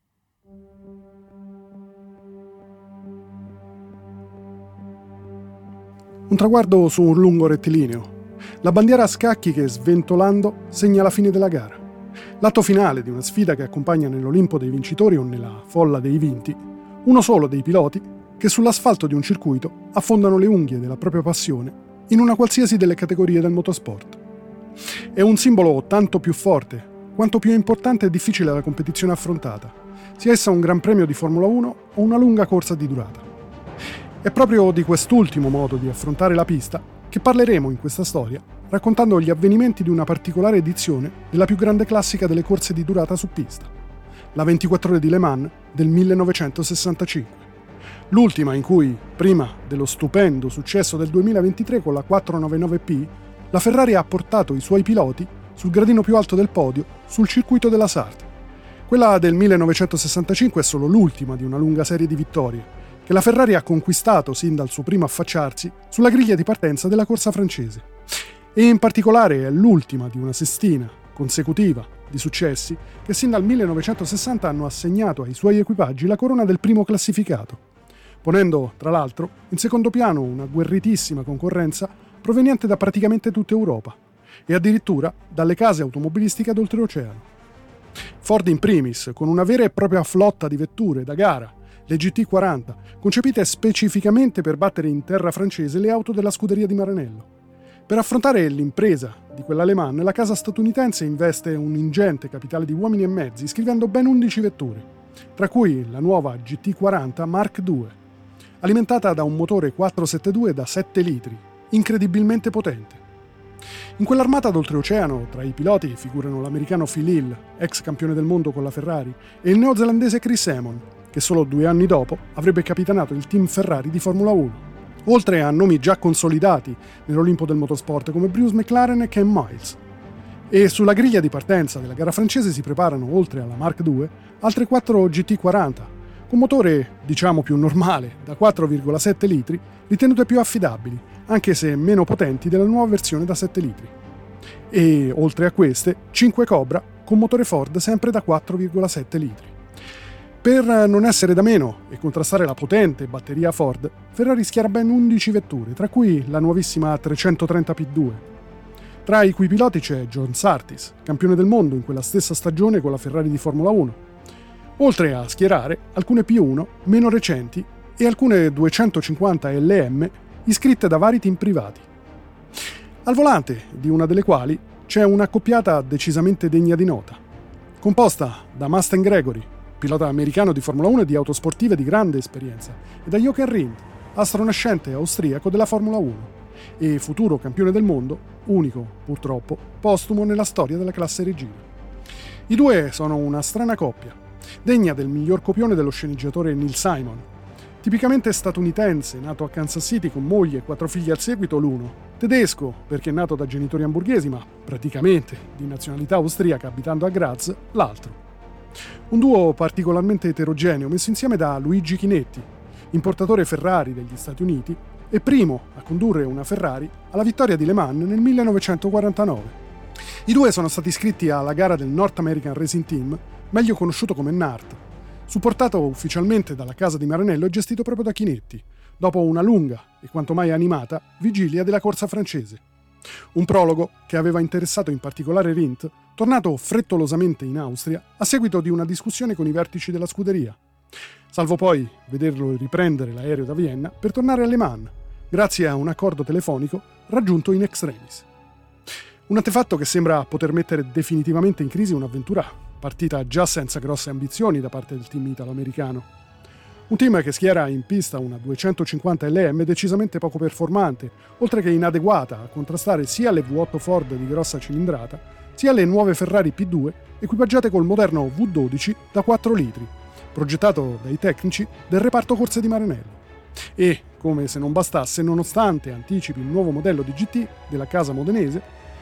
Un traguardo su un lungo rettilineo. La bandiera a scacchi che, sventolando, segna la fine della gara. L'atto finale di una sfida che accompagna nell'Olimpo dei vincitori o nella folla dei vinti uno solo dei piloti che sull'asfalto di un circuito affondano le unghie della propria passione in una qualsiasi delle categorie del motorsport. È un simbolo tanto più forte quanto più importante e difficile la competizione affrontata, sia essa un Gran Premio di Formula 1 o una lunga corsa di durata. È proprio di quest'ultimo modo di affrontare la pista che parleremo in questa storia, raccontando gli avvenimenti di una particolare edizione della più grande classica delle corse di durata su pista, la 24 ore di Le Mans del 1965. L'ultima in cui, prima dello stupendo successo del 2023 con la 499P, la Ferrari ha portato i suoi piloti sul gradino più alto del podio sul circuito della Sarthe. Quella del 1965 è solo l'ultima di una lunga serie di vittorie che la Ferrari ha conquistato sin dal suo primo affacciarsi sulla griglia di partenza della corsa francese. E in particolare è l'ultima di una sestina consecutiva di successi che sin dal 1960 hanno assegnato ai suoi equipaggi la corona del primo classificato, ponendo, tra l'altro, in secondo piano una guerritissima concorrenza proveniente da praticamente tutta Europa e addirittura dalle case automobilistiche d'oltreoceano. Ford in primis, con una vera e propria flotta di vetture da gara, le GT40, concepite specificamente per battere in terra francese le auto della scuderia di Maranello. Per affrontare l'impresa di quella Le Mans, la casa statunitense investe un ingente capitale di uomini e mezzi, scrivendo ben 11 vetture, tra cui la nuova GT40 Mark II, alimentata da un motore 472 da 7 litri, incredibilmente potente. In quell'armata d'oltreoceano, tra i piloti figurano l'americano Phil Hill, ex campione del mondo con la Ferrari, e il neozelandese Chris Amon, che solo 2 anni dopo avrebbe capitanato il team Ferrari di Formula 1. Oltre a nomi già consolidati nell'Olimpo del motorsport come Bruce McLaren e Ken Miles. E sulla griglia di partenza della gara francese si preparano, oltre alla Mark II, altre 4 GT40, con motore, diciamo più normale, da 4,7 litri, ritenute più affidabili, anche se meno potenti della nuova versione da 7 litri. E, oltre a queste, 5 Cobra con motore Ford sempre da 4,7 litri. Per non essere da meno e contrastare la potente batteria Ford, Ferrari schiera ben 11 vetture, tra cui la nuovissima 330P2. Tra i cui piloti c'è John Surtees, campione del mondo in quella stessa stagione con la Ferrari di Formula 1, oltre a schierare alcune P1 meno recenti e alcune 250 LM iscritte da vari team privati. Al volante di una delle quali c'è un'accoppiata decisamente degna di nota, composta da Mustang Gregory, pilota americano di Formula 1 e di autosportive di grande esperienza, e da Jochen Rindt, astro nascente austriaco della Formula 1 e futuro campione del mondo, unico, purtroppo, postumo nella storia della classe regina. I due sono una strana coppia, degna del miglior copione dello sceneggiatore Neil Simon, tipicamente statunitense, nato a Kansas City con moglie e 4 figli al seguito l'uno, tedesco perché è nato da genitori hamburghesi ma praticamente di nazionalità austriaca abitando a Graz, l'altro. Un duo particolarmente eterogeneo messo insieme da Luigi Chinetti, importatore Ferrari degli Stati Uniti e primo a condurre una Ferrari alla vittoria di Le Mans nel 1949. I due sono stati iscritti alla gara del North American Racing Team, meglio conosciuto come NART, supportato ufficialmente dalla casa di Maranello e gestito proprio da Chinetti, dopo una lunga e quanto mai animata vigilia della corsa francese. Un prologo che aveva interessato in particolare Rindt, tornato frettolosamente in Austria a seguito di una discussione con i vertici della scuderia, salvo poi vederlo riprendere l'aereo da Vienna per tornare a Le Mans, grazie a un accordo telefonico raggiunto in extremis. Un artefatto che sembra poter mettere definitivamente in crisi un'avventura partita già senza grosse ambizioni da parte del team italo-americano. Un team che schiera in pista una 250 LM decisamente poco performante, oltre che inadeguata a contrastare sia le V8 Ford di grossa cilindrata, sia le nuove Ferrari P2 equipaggiate col moderno V12 da 4 litri, progettato dai tecnici del reparto corse di Maranello. E, come se non bastasse, nonostante anticipi il nuovo modello di GT della casa modenese,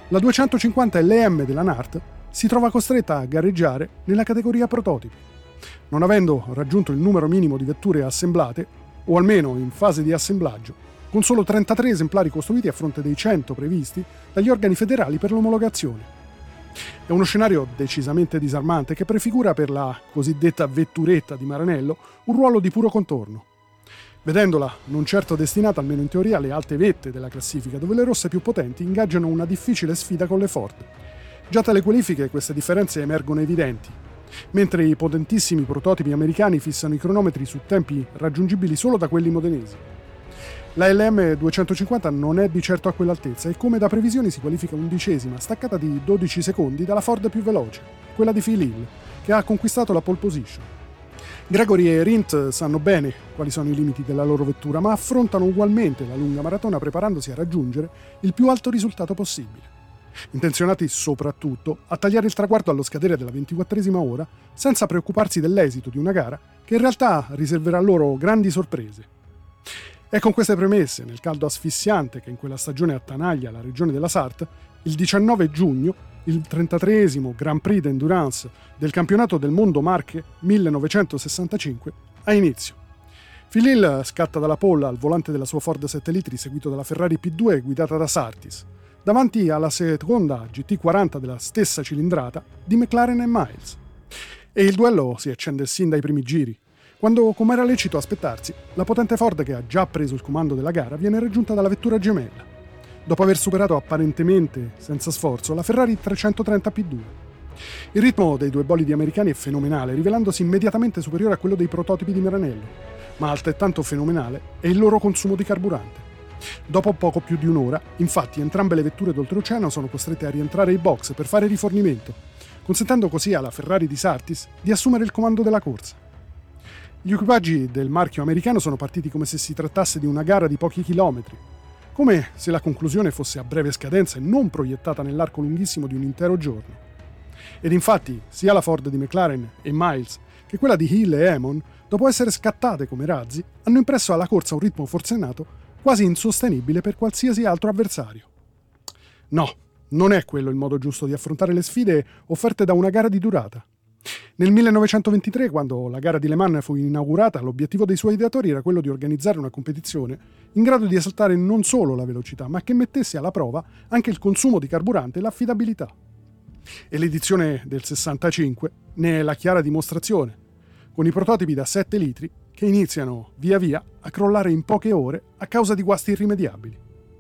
la 250 LM della NART si trova costretta a gareggiare nella categoria prototipi, non avendo raggiunto il numero minimo di vetture assemblate, o almeno in fase di assemblaggio, con solo 33 esemplari costruiti a fronte dei 100 previsti dagli organi federali per l'omologazione. È uno scenario decisamente disarmante che prefigura per la cosiddetta vetturetta di Maranello un ruolo di puro contorno, vedendola non certo destinata, almeno in teoria, alle alte vette della classifica, dove le rosse più potenti ingaggiano una difficile sfida con le Ford. Già dalle qualifiche queste differenze emergono evidenti, mentre i potentissimi prototipi americani fissano i cronometri su tempi raggiungibili solo da quelli modenesi. La LM250 non è di certo a quell'altezza e, come da previsioni, si qualifica 11ª, staccata di 12 secondi dalla Ford più veloce, quella di Phil Hill, che ha conquistato la pole position. Gregory e Rindt sanno bene quali sono i limiti della loro vettura, ma affrontano ugualmente la lunga maratona preparandosi a raggiungere il più alto risultato possibile, intenzionati soprattutto a tagliare il traguardo allo scadere della 24esima ora, senza preoccuparsi dell'esito di una gara che in realtà riserverà loro grandi sorprese. È con queste premesse, nel caldo asfissiante che in quella stagione attanaglia la regione della Sarthe, il 19 giugno, il 33esimo Grand Prix d'Endurance del campionato del mondo Marche 1965 ha inizio. Phil Hill scatta dalla pole al volante della sua Ford 7 litri seguito dalla Ferrari P2 guidata da Surtees, davanti alla seconda GT40 della stessa cilindrata di McLaren e Miles. E il duello si accende sin dai primi giri, quando, come era lecito aspettarsi, la potente Ford che ha già preso il comando della gara viene raggiunta dalla vettura gemella, dopo aver superato apparentemente senza sforzo la Ferrari 330 P2. Il ritmo dei due bolidi americani è fenomenale, rivelandosi immediatamente superiore a quello dei prototipi di Maranello, ma altrettanto fenomenale è il loro consumo di carburante. Dopo poco più di un'ora, infatti, entrambe le vetture d'oltreoceano sono costrette a rientrare ai box per fare rifornimento, consentendo così alla Ferrari di Surtees di assumere il comando della corsa. Gli equipaggi del marchio americano sono partiti come se si trattasse di una gara di pochi chilometri, come se la conclusione fosse a breve scadenza e non proiettata nell'arco lunghissimo di un intero giorno. Ed infatti, sia la Ford di McLaren e Miles che quella di Hill e Hamon, dopo essere scattate come razzi, hanno impresso alla corsa un ritmo forsennato quasi insostenibile per qualsiasi altro avversario. No, non è quello il modo giusto di affrontare le sfide offerte da una gara di durata. Nel 1923, quando la gara di Le Mans fu inaugurata, l'obiettivo dei suoi ideatori era quello di organizzare una competizione in grado di esaltare non solo la velocità, ma che mettesse alla prova anche il consumo di carburante e l'affidabilità. E l'edizione del 65 ne è la chiara dimostrazione, con i prototipi da 7 litri che iniziano via via a crollare in poche ore a causa di guasti irrimediabili.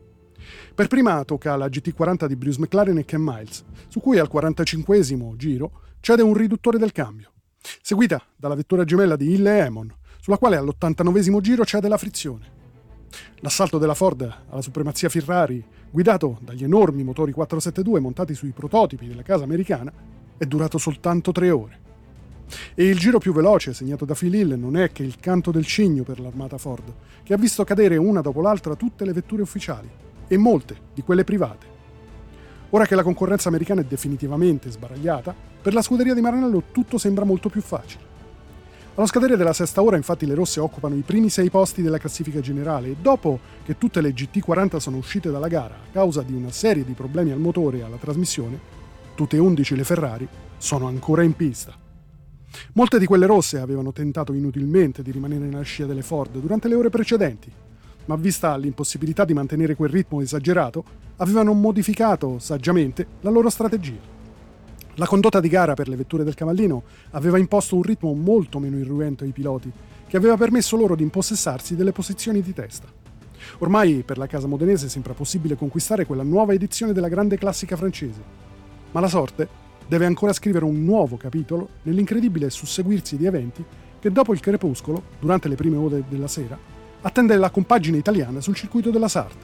Per prima tocca alla GT40 di Bruce McLaren e Ken Miles, su cui al 45esimo giro cede un riduttore del cambio, seguita dalla vettura gemella di Hill e Hamon, sulla quale all'89esimo giro cede la frizione. L'assalto della Ford alla supremazia Ferrari, guidato dagli enormi motori 472 montati sui prototipi della casa americana, è durato soltanto 3 ore. E il giro più veloce segnato da Phil Hill non è che il canto del cigno per l'armata Ford, che ha visto cadere una dopo l'altra tutte le vetture ufficiali e molte di quelle private. Ora che la concorrenza americana è definitivamente sbaragliata, per la scuderia di Maranello tutto sembra molto più facile. Allo scadere della sesta ora, infatti, le rosse occupano i primi 6 posti della classifica generale e dopo che tutte le GT40 sono uscite dalla gara a causa di una serie di problemi al motore e alla trasmissione, tutte e 11 le Ferrari sono ancora in pista. Molte di quelle rosse avevano tentato inutilmente di rimanere nella scia delle Ford durante le ore precedenti, ma vista l'impossibilità di mantenere quel ritmo esagerato, avevano modificato saggiamente la loro strategia. La condotta di gara per le vetture del Cavallino aveva imposto un ritmo molto meno irruento ai piloti, che aveva permesso loro di impossessarsi delle posizioni di testa. Ormai per la casa modenese sembra possibile conquistare quella nuova edizione della grande classica francese, ma la sorte deve ancora scrivere un nuovo capitolo nell'incredibile susseguirsi di eventi che dopo il crepuscolo, durante le prime ore della sera, attende la compagine italiana sul circuito della Sarthe.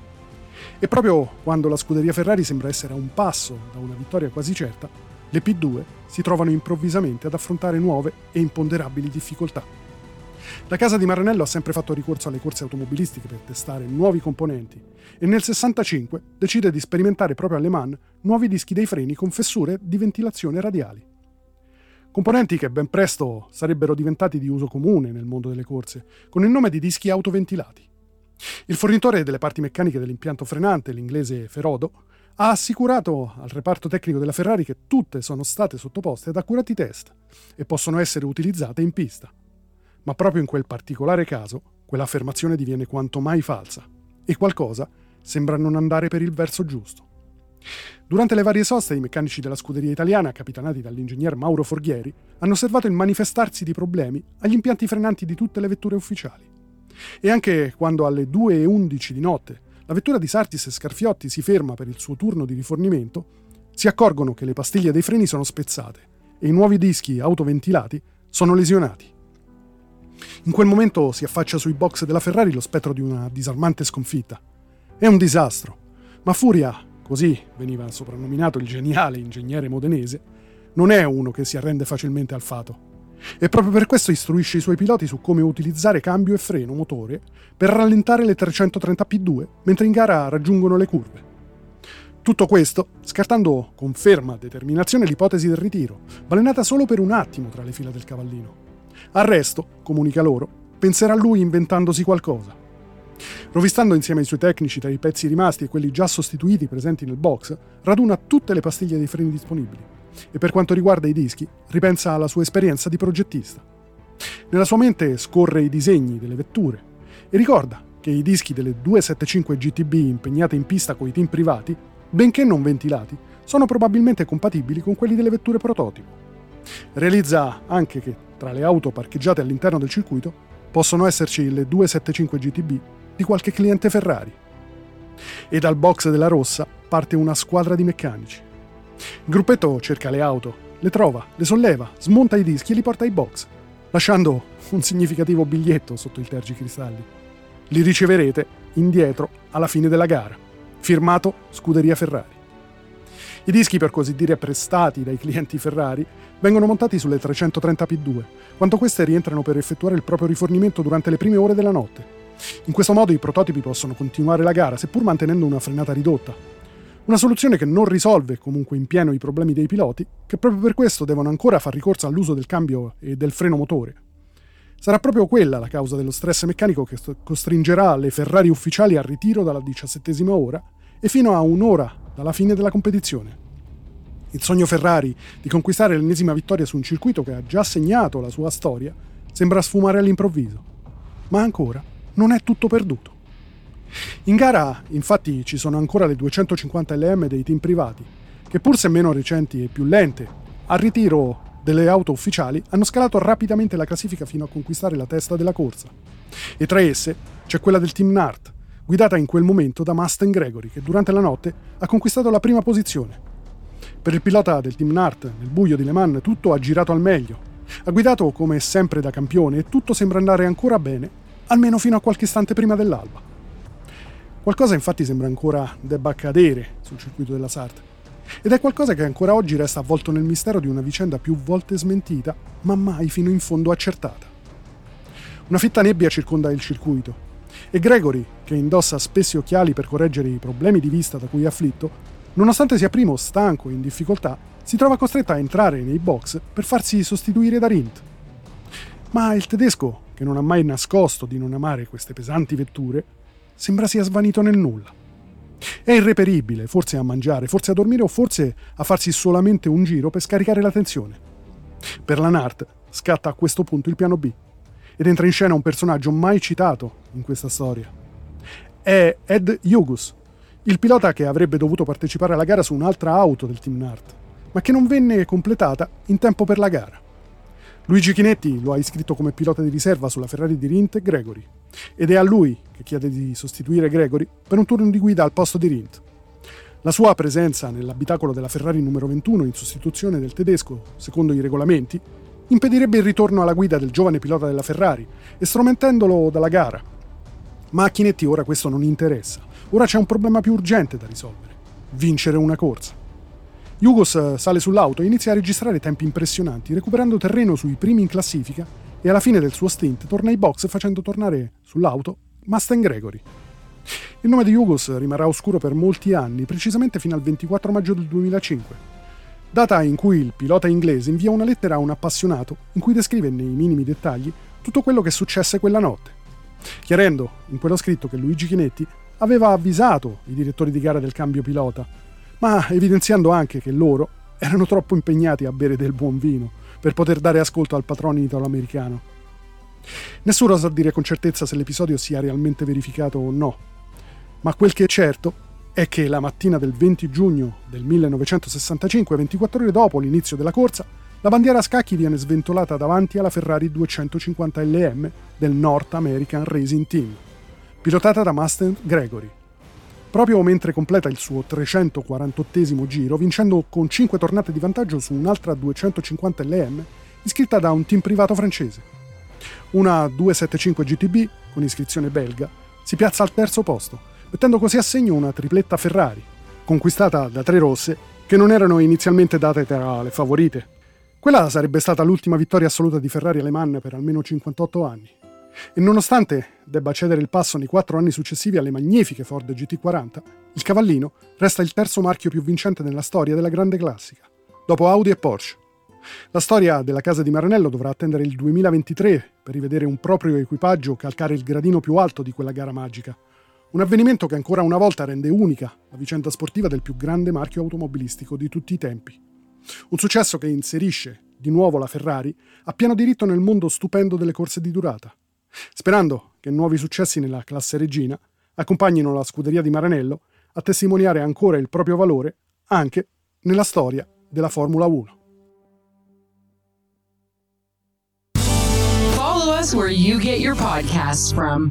E proprio quando la scuderia Ferrari sembra essere a un passo da una vittoria quasi certa, le P2 si trovano improvvisamente ad affrontare nuove e imponderabili difficoltà. La casa di Maranello ha sempre fatto ricorso alle corse automobilistiche per testare nuovi componenti e nel 65 decide di sperimentare proprio a Le Mans nuovi dischi dei freni con fessure di ventilazione radiali. Componenti che ben presto sarebbero diventati di uso comune nel mondo delle corse, con il nome di dischi autoventilati. Il fornitore delle parti meccaniche dell'impianto frenante, l'inglese Ferodo, ha assicurato al reparto tecnico della Ferrari che tutte sono state sottoposte ad accurati test e possono essere utilizzate in pista. Ma proprio in quel particolare caso, quell'affermazione diviene quanto mai falsa e qualcosa sembra non andare per il verso giusto. Durante le varie soste, i meccanici della scuderia italiana, capitanati dall'ingegner Mauro Forghieri, hanno osservato il manifestarsi di problemi agli impianti frenanti di tutte le vetture ufficiali. E anche quando alle 2:11 di notte la vettura di Sartis e Scarfiotti si ferma per il suo turno di rifornimento, si accorgono che le pastiglie dei freni sono spezzate e i nuovi dischi autoventilati sono lesionati. In quel momento si affaccia sui box della Ferrari lo spettro di una disarmante sconfitta. È un disastro, ma Furia, così veniva soprannominato il geniale ingegnere modenese, non è uno che si arrende facilmente al fato. E proprio per questo istruisce i suoi piloti su come utilizzare cambio e freno motore per rallentare le 330 P2 mentre in gara raggiungono le curve. Tutto questo scartando con ferma determinazione l'ipotesi del ritiro, balenata solo per un attimo tra le fila del cavallino. Al resto, comunica loro, penserà lui inventandosi qualcosa. Rovistando insieme ai suoi tecnici tra i pezzi rimasti e quelli già sostituiti presenti nel box, raduna tutte le pastiglie dei freni disponibili e per quanto riguarda i dischi ripensa alla sua esperienza di progettista. Nella sua mente scorre i disegni delle vetture e ricorda che i dischi delle 275 GTB impegnate in pista coi team privati, benché non ventilati, sono probabilmente compatibili con quelli delle vetture prototipo. Realizza anche che tra le auto parcheggiate all'interno del circuito possono esserci le 275 GTB di qualche cliente Ferrari. E dal box della Rossa parte una squadra di meccanici. Il gruppetto cerca le auto, le trova, le solleva, smonta i dischi e li porta ai box, lasciando un significativo biglietto sotto il tergicristalli. Li riceverete indietro alla fine della gara, firmato Scuderia Ferrari. I dischi, per così dire prestati dai clienti Ferrari, vengono montati sulle 330 P2, quando queste rientrano per effettuare il proprio rifornimento durante le prime ore della notte. In questo modo i prototipi possono continuare la gara, seppur mantenendo una frenata ridotta. Una soluzione che non risolve comunque in pieno i problemi dei piloti, che proprio per questo devono ancora far ricorso all'uso del cambio e del freno motore. Sarà proprio quella la causa dello stress meccanico che costringerà le Ferrari ufficiali al ritiro dalla 17ª ora e fino a un'ora dalla fine della competizione. Il sogno Ferrari di conquistare l'ennesima vittoria su un circuito che ha già segnato la sua storia sembra sfumare all'improvviso. Ma ancora non è tutto perduto. In gara, infatti, ci sono ancora le 250 LM dei team privati, che pur se meno recenti e più lente, al ritiro delle auto ufficiali hanno scalato rapidamente la classifica fino a conquistare la testa della corsa. E tra esse c'è quella del team Nart, guidata in quel momento da Mustang Gregory, che durante la notte ha conquistato la prima posizione. Per il pilota del team Nart, nel buio di Le Mans, tutto ha girato al meglio. Ha guidato come sempre da campione e tutto sembra andare ancora bene, almeno fino a qualche istante prima dell'alba. Qualcosa infatti sembra ancora debba accadere sul circuito della Sarthe, ed è qualcosa che ancora oggi resta avvolto nel mistero di una vicenda più volte smentita, ma mai fino in fondo accertata. Una fitta nebbia circonda il circuito, e Gregory, che indossa spessi occhiali per correggere i problemi di vista da cui è afflitto, nonostante sia primo stanco e in difficoltà, si trova costretto a entrare nei box per farsi sostituire da Rindt. Ma il tedesco, che non ha mai nascosto di non amare queste pesanti vetture, sembra sia svanito nel nulla. È irreperibile, forse a mangiare, forse a dormire o forse a farsi solamente un giro per scaricare la tensione. Per la Nart scatta a questo punto il piano B ed entra in scena un personaggio mai citato in questa storia. È Ed Hugus, il pilota che avrebbe dovuto partecipare alla gara su un'altra auto del team Nart, ma che non venne completata in tempo per la gara. Luigi Chinetti lo ha iscritto come pilota di riserva sulla Ferrari di Rindt e Gregory, ed è a lui che chiede di sostituire Gregory per un turno di guida al posto di Rindt. La sua presenza nell'abitacolo della Ferrari numero 21 in sostituzione del tedesco, secondo i regolamenti, impedirebbe il ritorno alla guida del giovane pilota della Ferrari, estromettendolo dalla gara. Ma a Chinetti ora questo non interessa. Ora c'è un problema più urgente da risolvere: vincere una corsa. Hugus sale sull'auto e inizia a registrare tempi impressionanti, recuperando terreno sui primi in classifica, e alla fine del suo stint torna ai box facendo tornare sull'auto Mustang Gregory. Il nome di Hugus rimarrà oscuro per molti anni, precisamente fino al 24 maggio del 2005, data in cui il pilota inglese invia una lettera a un appassionato in cui descrive nei minimi dettagli tutto quello che successe quella notte, chiarendo in quello scritto che Luigi Chinetti aveva avvisato i direttori di gara del cambio pilota, ma evidenziando anche che loro erano troppo impegnati a bere del buon vino per poter dare ascolto al patrono italo-americano. Nessuno sa dire con certezza se l'episodio sia realmente verificato o no, ma quel che è certo è che la mattina del 20 giugno del 1965, 24 ore dopo l'inizio della corsa, la bandiera a scacchi viene sventolata davanti alla Ferrari 250 LM del North American Racing Team, pilotata da Mustang Gregory, proprio mentre completa il suo 348esimo giro, vincendo con 5 tornate di vantaggio su un'altra 250 LM iscritta da un team privato francese. Una 275 GTB, con iscrizione belga, si piazza al terzo posto, mettendo così a segno una tripletta Ferrari, conquistata da 3 rosse che non erano inizialmente date tra le favorite. Quella sarebbe stata l'ultima vittoria assoluta di Ferrari a Le Mans per almeno 58 anni. E nonostante debba cedere il passo nei 4 anni successivi alle magnifiche Ford GT40, il Cavallino resta il terzo marchio più vincente nella storia della grande classica, dopo Audi e Porsche. La storia della casa di Maranello dovrà attendere il 2023 per rivedere un proprio equipaggio calcare il gradino più alto di quella gara magica. Un avvenimento che ancora una volta rende unica la vicenda sportiva del più grande marchio automobilistico di tutti i tempi. Un successo che inserisce di nuovo la Ferrari a pieno diritto nel mondo stupendo delle corse di durata, sperando che nuovi successi nella classe regina accompagnino la scuderia di Maranello a testimoniare ancora il proprio valore anche nella storia della Formula 1. Follow us where you get your podcasts from.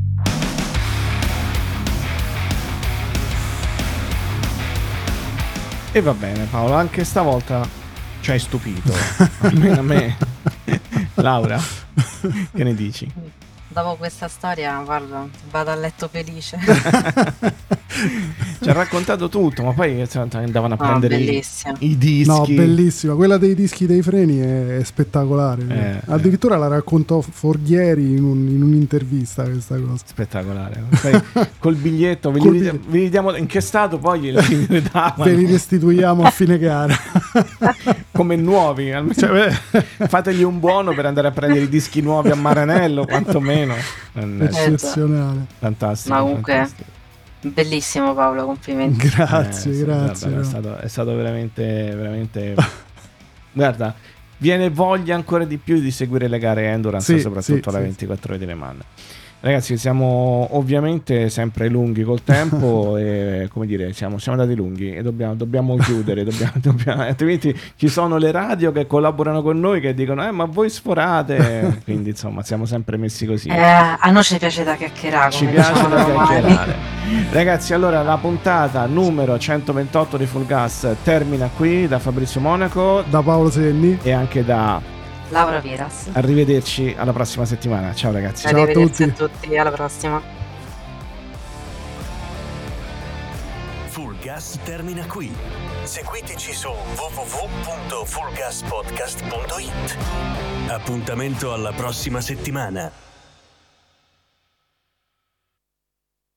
E va bene Paolo, anche stavolta ci hai stupito, almeno a me. Laura, che ne dici? Dopo questa storia, guarda, vado a letto felice. Ci ha raccontato tutto, ma poi andavano a prendere i dischi. No, bellissima. Quella dei dischi dei freni è spettacolare. Addirittura la raccontò Forghieri in un'intervista questa cosa. Spettacolare. Poi, col biglietto ve li diamo in che stato, poi glieli redavano. Ve li restituiamo a fine gara. Come nuovi. Fategli un buono per andare a prendere i dischi nuovi a Maranello, quantomeno. Eccezionale. Fantastico. Ma comunque fantastico. Bellissimo Paolo, complimenti. Grazie. Guarda, è stato veramente guarda, viene voglia ancora di più di seguire le gare endurance, soprattutto la 24 ore di Le Mans. Ragazzi, siamo ovviamente sempre lunghi col tempo e come dire, siamo andati lunghi e dobbiamo chiudere, dobbiamo, altrimenti ci sono le radio che collaborano con noi che dicono ma voi sforate, quindi insomma siamo sempre messi così. A noi ci piace da chiacchierare. Ci piace da chiacchierare. Ragazzi, allora la puntata numero 128 di Full Gas termina qui, da Fabrizio Monaco, da Paolo Senni e anche da Laura Viras. Arrivederci alla prossima settimana. Ciao ragazzi. Ciao a tutti. Alla prossima. Full Gas termina qui. Seguiteci su www.fullgaspodcast.it. Appuntamento alla prossima settimana.